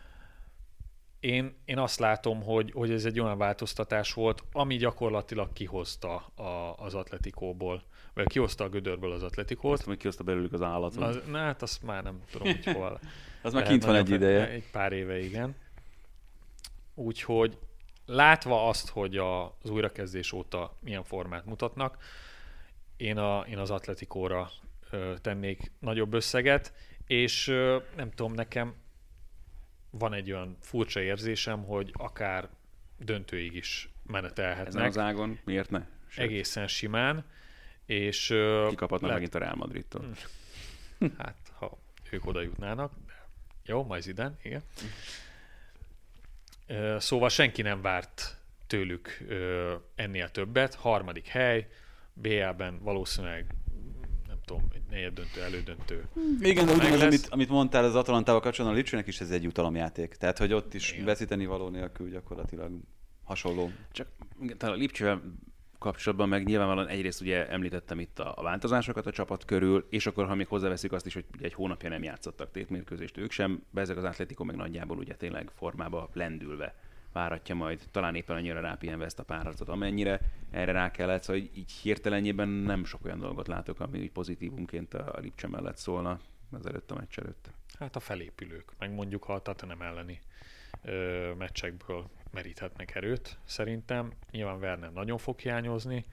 Én, én azt látom, hogy, hogy ez egy olyan változtatás volt, ami gyakorlatilag kihozta a, az Atletikóból, vagy kihozta a gödörből az Atletikót. Azt mondom, kihozta belőlük az állatot. Az, na hát azt már nem tudom, hogy hol. Az már kint van egy ideje. Egy pár éve, igen. Úgyhogy látva azt, hogy a, az újrakezdés óta milyen formát mutatnak, én, a, én az Atletikóra ö, tennék nagyobb összeget, és ö, nem tudom, nekem van egy olyan furcsa érzésem, hogy akár döntőig is menetelhetnek. Ezen az ágon miért ne? Sőt. Egészen simán. És, kikaphatnak lehet... megint a Real Madridtól. Hát, ha ők oda jutnának. Jó, majd Zidane, igen. Szóval senki nem várt tőlük ennél többet. Harmadik hely, bé el-ben valószínűleg nem tudom, egy negyed döntő, elődöntő. Igen, de ugyanaz, amit, amit mondtál az Atalantával kapcsolatban, a Lipcsének is ez egy jutalomjáték. Tehát, hogy ott is igen. Veszíteni való nélkül gyakorlatilag hasonló. Csak talán a Lipcsével kapcsolatban meg nyilvánvalóan egyrészt ugye említettem itt a változásokat a csapat körül, és akkor ha még hozzáveszik azt is, hogy egy hónapja nem játszottak tétmérkőzést ők sem, be ezek az Atletico meg nagyjából ugye tényleg formába lendülve váratja majd, talán éppen annyira rápihenve ezt a párharcot, amennyire erre rá kellett, szóval így hirtelenjében nem sok olyan dolgot látok, ami úgy pozitívumként a Lipcse mellett szólna ezelőtt a meccs előtt. Hát a felépülők, meg mondjuk a Tottenham elleni ö, meccsekből meríthetnek erőt, szerintem. Nyilván Werner nagyon fog hiányozni.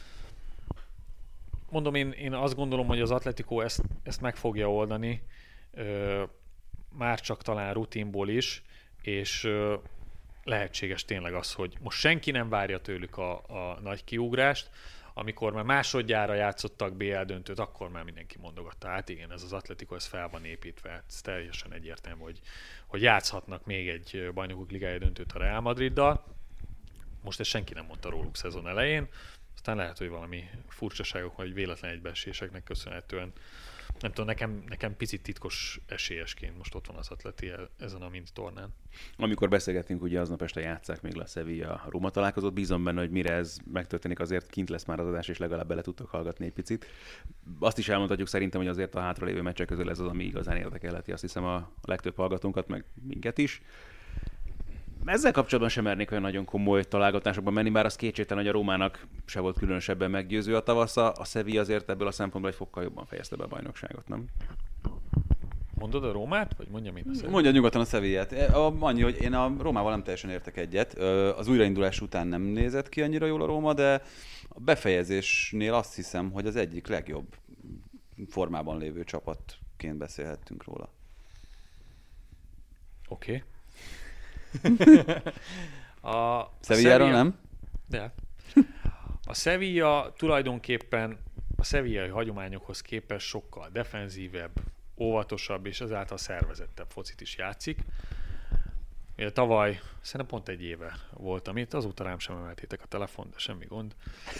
Mondom, én, én azt gondolom, hogy az Atletico ezt, ezt meg fogja oldani, ö, már csak talán rutinból is, és ö, lehetséges tényleg az, hogy most senki nem várja tőlük a, a nagy kiugrást, amikor már másodjára játszottak bé el döntőt, akkor már mindenki mondogatta, hát igen, ez az Atletico, ez fel van építve, ez teljesen egyértelmű, hogy, hogy játszhatnak még egy bajnokok ligája döntőt a Real Madriddal. Most ezt senki nem mondta róluk szezon elején, Aztán lehet, hogy valami furcsaságok vagy véletlen egybeeséseknek köszönhetően. Nem tudom, nekem, nekem picit titkos esélyesként most ott van az Atleti ezen a mint tornán. Amikor beszélgettünk, ugye aznap este játsszák még le Sevilla Róma találkozót, bízom benne, hogy mire ez megtörténik, azért kint lesz már az adás, és legalább bele tudtok hallgatni egy picit. Azt is elmondhatjuk szerintem, hogy azért a hátralévő meccsek közül ez az, ami igazán érdekelheti, azt hiszem a legtöbb hallgatónkat, meg minket is. Ezzel kapcsolatban sem mernék olyan nagyon komoly találgatásokban menni, bár az kétségtelen, hogy a Rómának se volt különösebben meggyőző a tavasza, a Sevilla azért ebből a szempontból egy fokkal jobban fejezte be a bajnokságot, nem? Mondod a Rómát, vagy mondjam én a Sevillát? Mondja nyugodtan a Sevillát. Annyi, hogy én a Rómával nem teljesen értek egyet. Az újraindulás után nem nézett ki annyira jól a Róma, de a befejezésnél azt hiszem, hogy az egyik legjobb formában lévő csapatként beszélhettünk róla. Oké. Okay. A Sevilláról nem? De. A Sevilla tulajdonképpen a sevillai hagyományokhoz képest sokkal defenzívebb, óvatosabb és ezáltal szervezettebb focit is játszik. Ugye tavaly, szerintem pont egy éve voltam itt, azóta rám sem emeltétek a telefon, de semmi gond.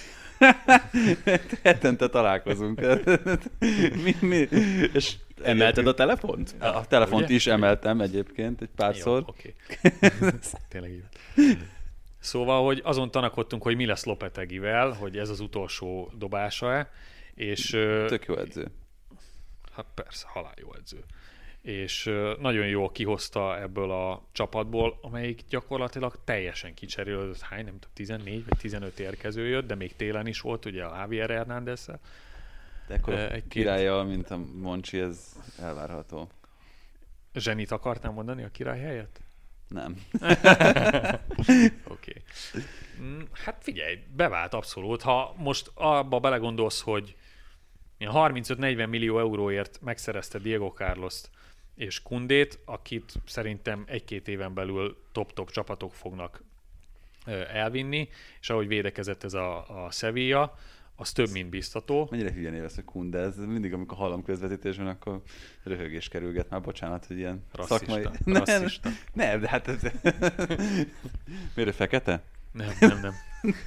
Hetente találkozunk. mi, mi? És emelted a telefont? A telefont ugye? is emeltem egyébként egy párszor. Jó, oké. Tényleg így. Szóval, hogy azon tanakodtunk, hogy mi lesz Lopetegivel, hogy ez az utolsó dobása-e. És, tök jó edző. Hát persze, halál jó edző. És nagyon jól kihozta ebből a csapatból, amelyik gyakorlatilag teljesen kicserélődött. Hány, nem tudom, tizennégy vagy tizenöt érkező jött, de még télen is volt, ugye a Javier Hernández-szel. De akkor egy királlyal, mint a Moncsi, ez elvárható. Zsenit akartál mondani a király helyett? Nem. Oké. Okay. Hát figyelj, bevált abszolút. Ha most abba belegondolsz, hogy harmincöt-negyven millió euróért megszerezte Diego Carlost és Kundét, akit szerintem egy-két éven belül top-top csapatok fognak elvinni, és ahogy védekezett ez a, a Sevilla, az több, mint biztató. Mennyire hülyen évesz, hogy Kunde, ez mindig, amikor hallom közvetítésben, akkor röhögés kerülget. Már bocsánat, hogy ilyen rasszista, szakmai... Rasszista. Nem, nem, de hát ez... Miért fekete? Nem, nem, nem.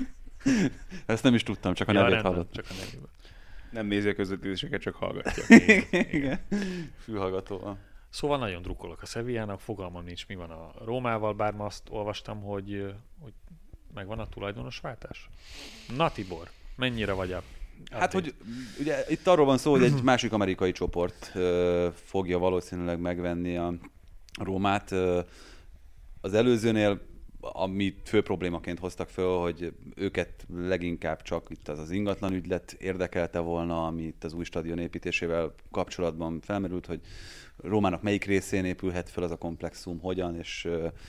Ezt nem is tudtam, csak a ja, nevét nem, hallottam. csak a nevét. Nem nézi a közvetítéseket, csak hallgatja. Igen, igen. Fülhallgatóval. Szóval nagyon drukkolok a Sevillának, fogalmam nincs, mi van a Rómával, bár ma azt olvastam, hogy, hogy megvan a tulajdonosváltás. Na Tibor, mennyire vagy a... Hát, hogy ugye itt arról van szó, hogy egy másik amerikai csoport ö, fogja valószínűleg megvenni a Rómát. Ö, az előzőnél, ami fő problémaként hoztak föl, hogy őket leginkább csak itt az az ingatlan ügylet érdekelte volna, ami itt az új stadion építésével kapcsolatban felmerült, hogy Rómának melyik részén épülhet fel az a komplexum, hogyan és,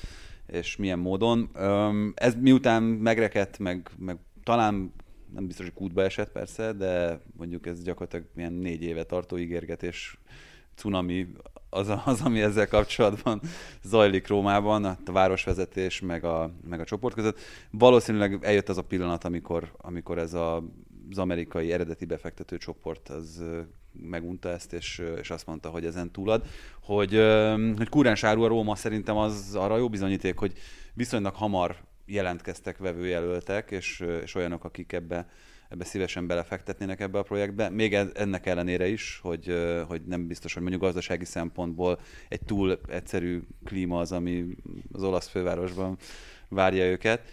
és milyen módon. Ez miután megrekedt, meg, meg talán nem biztos, hogy kútba esett persze, de mondjuk ez gyakorlatilag milyen négy éve tartó ígérgetés cunami az, az, ami ezzel kapcsolatban zajlik Rómában, a városvezetés meg a, meg a csoport között. Valószínűleg eljött az a pillanat, amikor, amikor ez a, az amerikai eredeti befektető csoport az megunta ezt, és, és azt mondta, hogy ezen túlad. Hogy, hogy kúráns áru a Róma szerintem az arra jó bizonyíték, hogy viszonylag hamar jelentkeztek vevőjelöltek, és, és olyanok, akik ebbe, ebbe szívesen belefektetnének ebbe a projektbe. Még ennek ellenére is, hogy, hogy nem biztos, hogy mondjuk gazdasági szempontból egy túl egyszerű klíma az, ami az olasz fővárosban várja őket.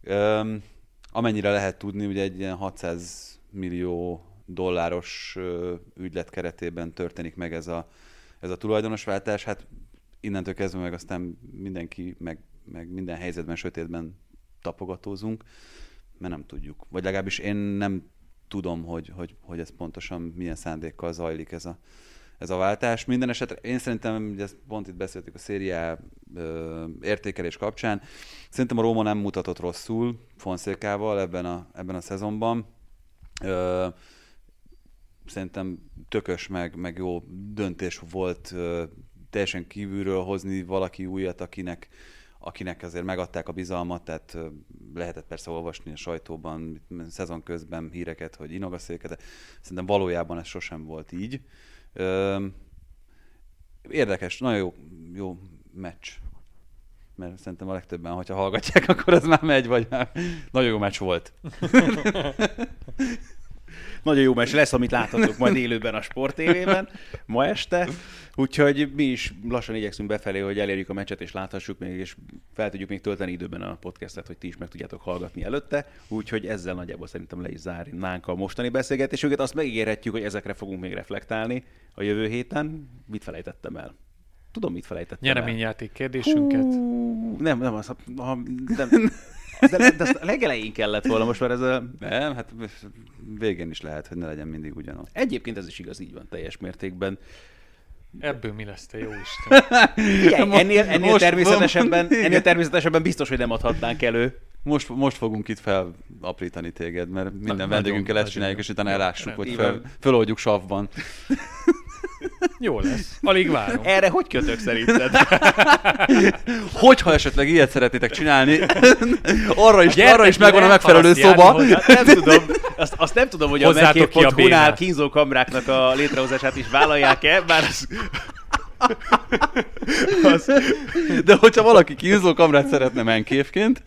Amennyire lehet tudni, ugye egy ilyen hatszáz millió dolláros ügylet keretében történik meg ez a, ez a tulajdonosváltás. Hát innentől kezdve meg aztán mindenki, meg, meg minden helyzetben, sötétben tapogatózunk, mert nem tudjuk. Vagy legalábbis én nem tudom, hogy, hogy, hogy ez pontosan milyen szándékkal zajlik ez a, ez a váltás. Minden esetre én szerintem, ugye ezt pont itt beszéltük a szériá ö, értékelés kapcsán, szerintem a Róma nem mutatott rosszul Fonszékával ebben a, ebben a szezonban. Ö, szerintem tökös, meg, meg jó döntés volt ö, teljesen kívülről hozni valaki újat, akinek akinek azért megadták a bizalmat, tehát lehetett persze olvasni a sajtóban szezon közben híreket, hogy inogaszéket, de szerintem valójában ez sosem volt így. Érdekes, nagyon jó, jó meccs. mert szerintem a legtöbben, hogyha hallgatják, akkor ez már megy, vagy már nagyon jó meccs volt. Nagyon jó meccs lesz, amit láthatok majd élőben a Sport té vében ma este. Úgyhogy mi is lassan igyekszünk befelé, hogy elérjük a meccset és láthassuk még, és fel tudjuk még tölteni időben a podcastet, hogy ti is meg tudjátok hallgatni előtte. Úgyhogy ezzel nagyjából szerintem le is zárnánk a mostani beszélgetésünket. Azt megígérhetjük, hogy ezekre fogunk még reflektálni a jövő héten. Mit felejtettem el? Tudom, mit felejtettem el. Nyereményjáték kérdésünket. Hú, nem, nem, az, ha, nem. De, de azt a legelején kellett volna most már ez a... Nem, hát végén is lehet, hogy ne legyen mindig ugyanaz. Egyébként ez is igaz, így van, teljes mértékben. Ebből mi lesz, te jó Isten? Igen, ennél, ennél, most, természetesebben, ennél természetesebben biztos, hogy nem adhatnánk elő. Most, most fogunk itt felaprítani téged, mert minden Na, vendégünkkel ezt csináljuk, és utána elássuk, hogy fel, föloldjuk savban. Jó lesz. Alig várom. Erre hogy kötök szerinted? Hogyha esetleg ilyet szeretnétek csinálni, arra is, arra is megvan a megfelelő szoba. Hát nem tudom, azt, azt nem tudom, hogy a menképp pont hu-nál kínzókamráknak a létrehozását is vállalják-e, bár az... az... De hogyha valaki kínzókamrát szeretne menkévként,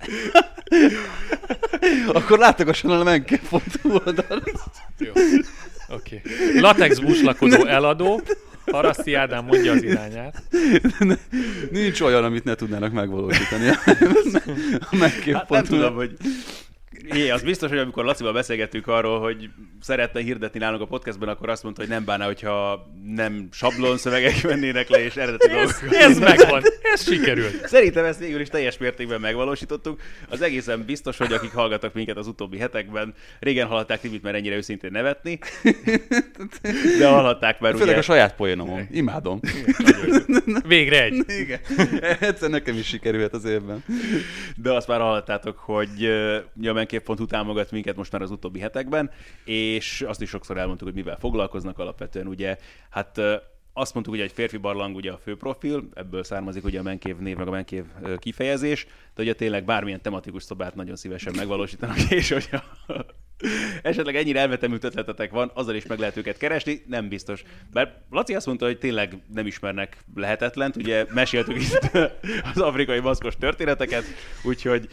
akkor látogasson el a menkév pont hu oldalra. Jó. Oké. Okay. Latex buslakodó eladó, Haraszti Ádám mondja az irányát. Nincs olyan, amit ne tudnának megvalósítani. A hát nem tudom, hogy... É, az biztos, hogy amikor Lacival beszélgettünk arról, hogy szeretne hirdetni nálunk a podcastben, akkor azt mondta, hogy nem bánná, hogyha nem sablon szövegek vennének le, és eredeti dolgok. Ez megvan, ez sikerült. Szerintem ezt végül is teljes mértékben megvalósítottuk. Az egészen biztos, hogy akik hallgattak minket az utóbbi hetekben, régen hallhatták Tibit már ennyire őszintén nevetni, de hallhatták már Főleg ugye... a saját poénomon. Imádom. Végre egy. Igen. Egyszer nekem is sikerült az évben. De azt már hallhattátok, hogy a menkév pont hu támogat minket most már az utóbbi hetekben, és azt is sokszor elmondtuk, hogy mivel foglalkoznak alapvetően, ugye, hát azt mondtuk, hogy egy férfi barlang ugye a főprofil, ebből származik ugye a menkév név, meg a menkév kifejezés, de ugye tényleg bármilyen tematikus szobát nagyon szívesen megvalósítanak, és hogyha esetleg ennyire elvetemült ötletetek van, azzal is meg lehet őket keresni, nem biztos. Bár Laci azt mondta, hogy tényleg nem ismernek lehetetlent, ugye meséltük itt az afrikai maszkos történeteket, úgyhogy...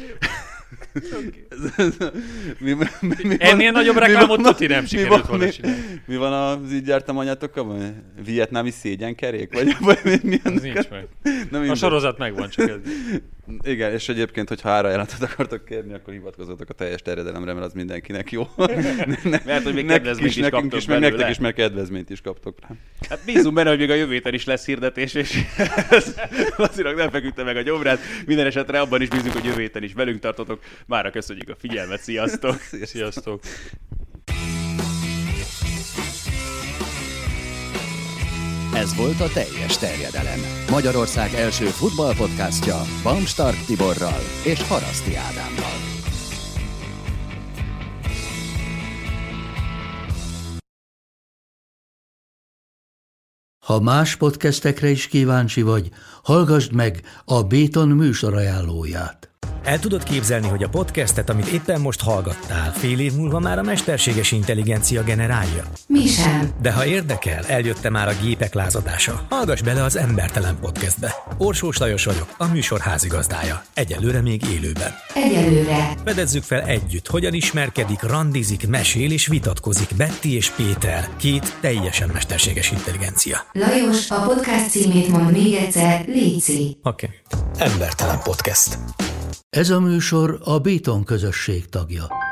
mi, mi, mi Ennél van, nagyobb reklámot tuti nem sikerült volna csinálni. Mi van az így jártam anyátokkal? Vietnámi szégyenkerék? Vagy, vagy mi, mi az nincs meg. Nem, a sorozat megvan, csak ez. Igen, és egyébként, hogyha árajáratot akartok kérni, akkor hivatkozzatok a teljes terjedelemre, mert az mindenkinek jó. Mert hogy még kedvezményt is, is kaptok is, meg nektek is, mert kedvezményt is kaptok rá. Hát bízunk benne, hogy még a jövő héten is lesz hirdetés, és Lacinak nem feküdte meg a gyomrát. Minden esetre abban is bízunk, hogy jövő héten is velünk tartotok. Mára köszönjük a figyelmet, sziasztok! Sziasztok! Ez volt a Teljes Terjedelem. Magyarország első futballpodcastja Bamstark Tiborral és Haraszti Ádámmal. Ha más podcastekre is kíváncsi vagy, hallgassd meg a Béton műsor ajánlóját. El tudod képzelni, hogy a podcastet, amit éppen most hallgattál, fél év múlva már a mesterséges intelligencia generálja? Mi sem. De ha érdekel, eljött már a gépek lázadása. Hallgass bele az Embertelen podcastbe. Orsós Lajos vagyok, a műsor házigazdája. Egyelőre még élőben. Egyelőre. Fedezzük fel együtt, hogyan ismerkedik, randizik, mesél és vitatkozik Betty és Péter, két teljesen mesterséges intelligencia. Lajos, a podcast címét mond még egyszer, léci. Oké. Okay. Embertelen podcast. Ez a műsor a Béton közösség tagja.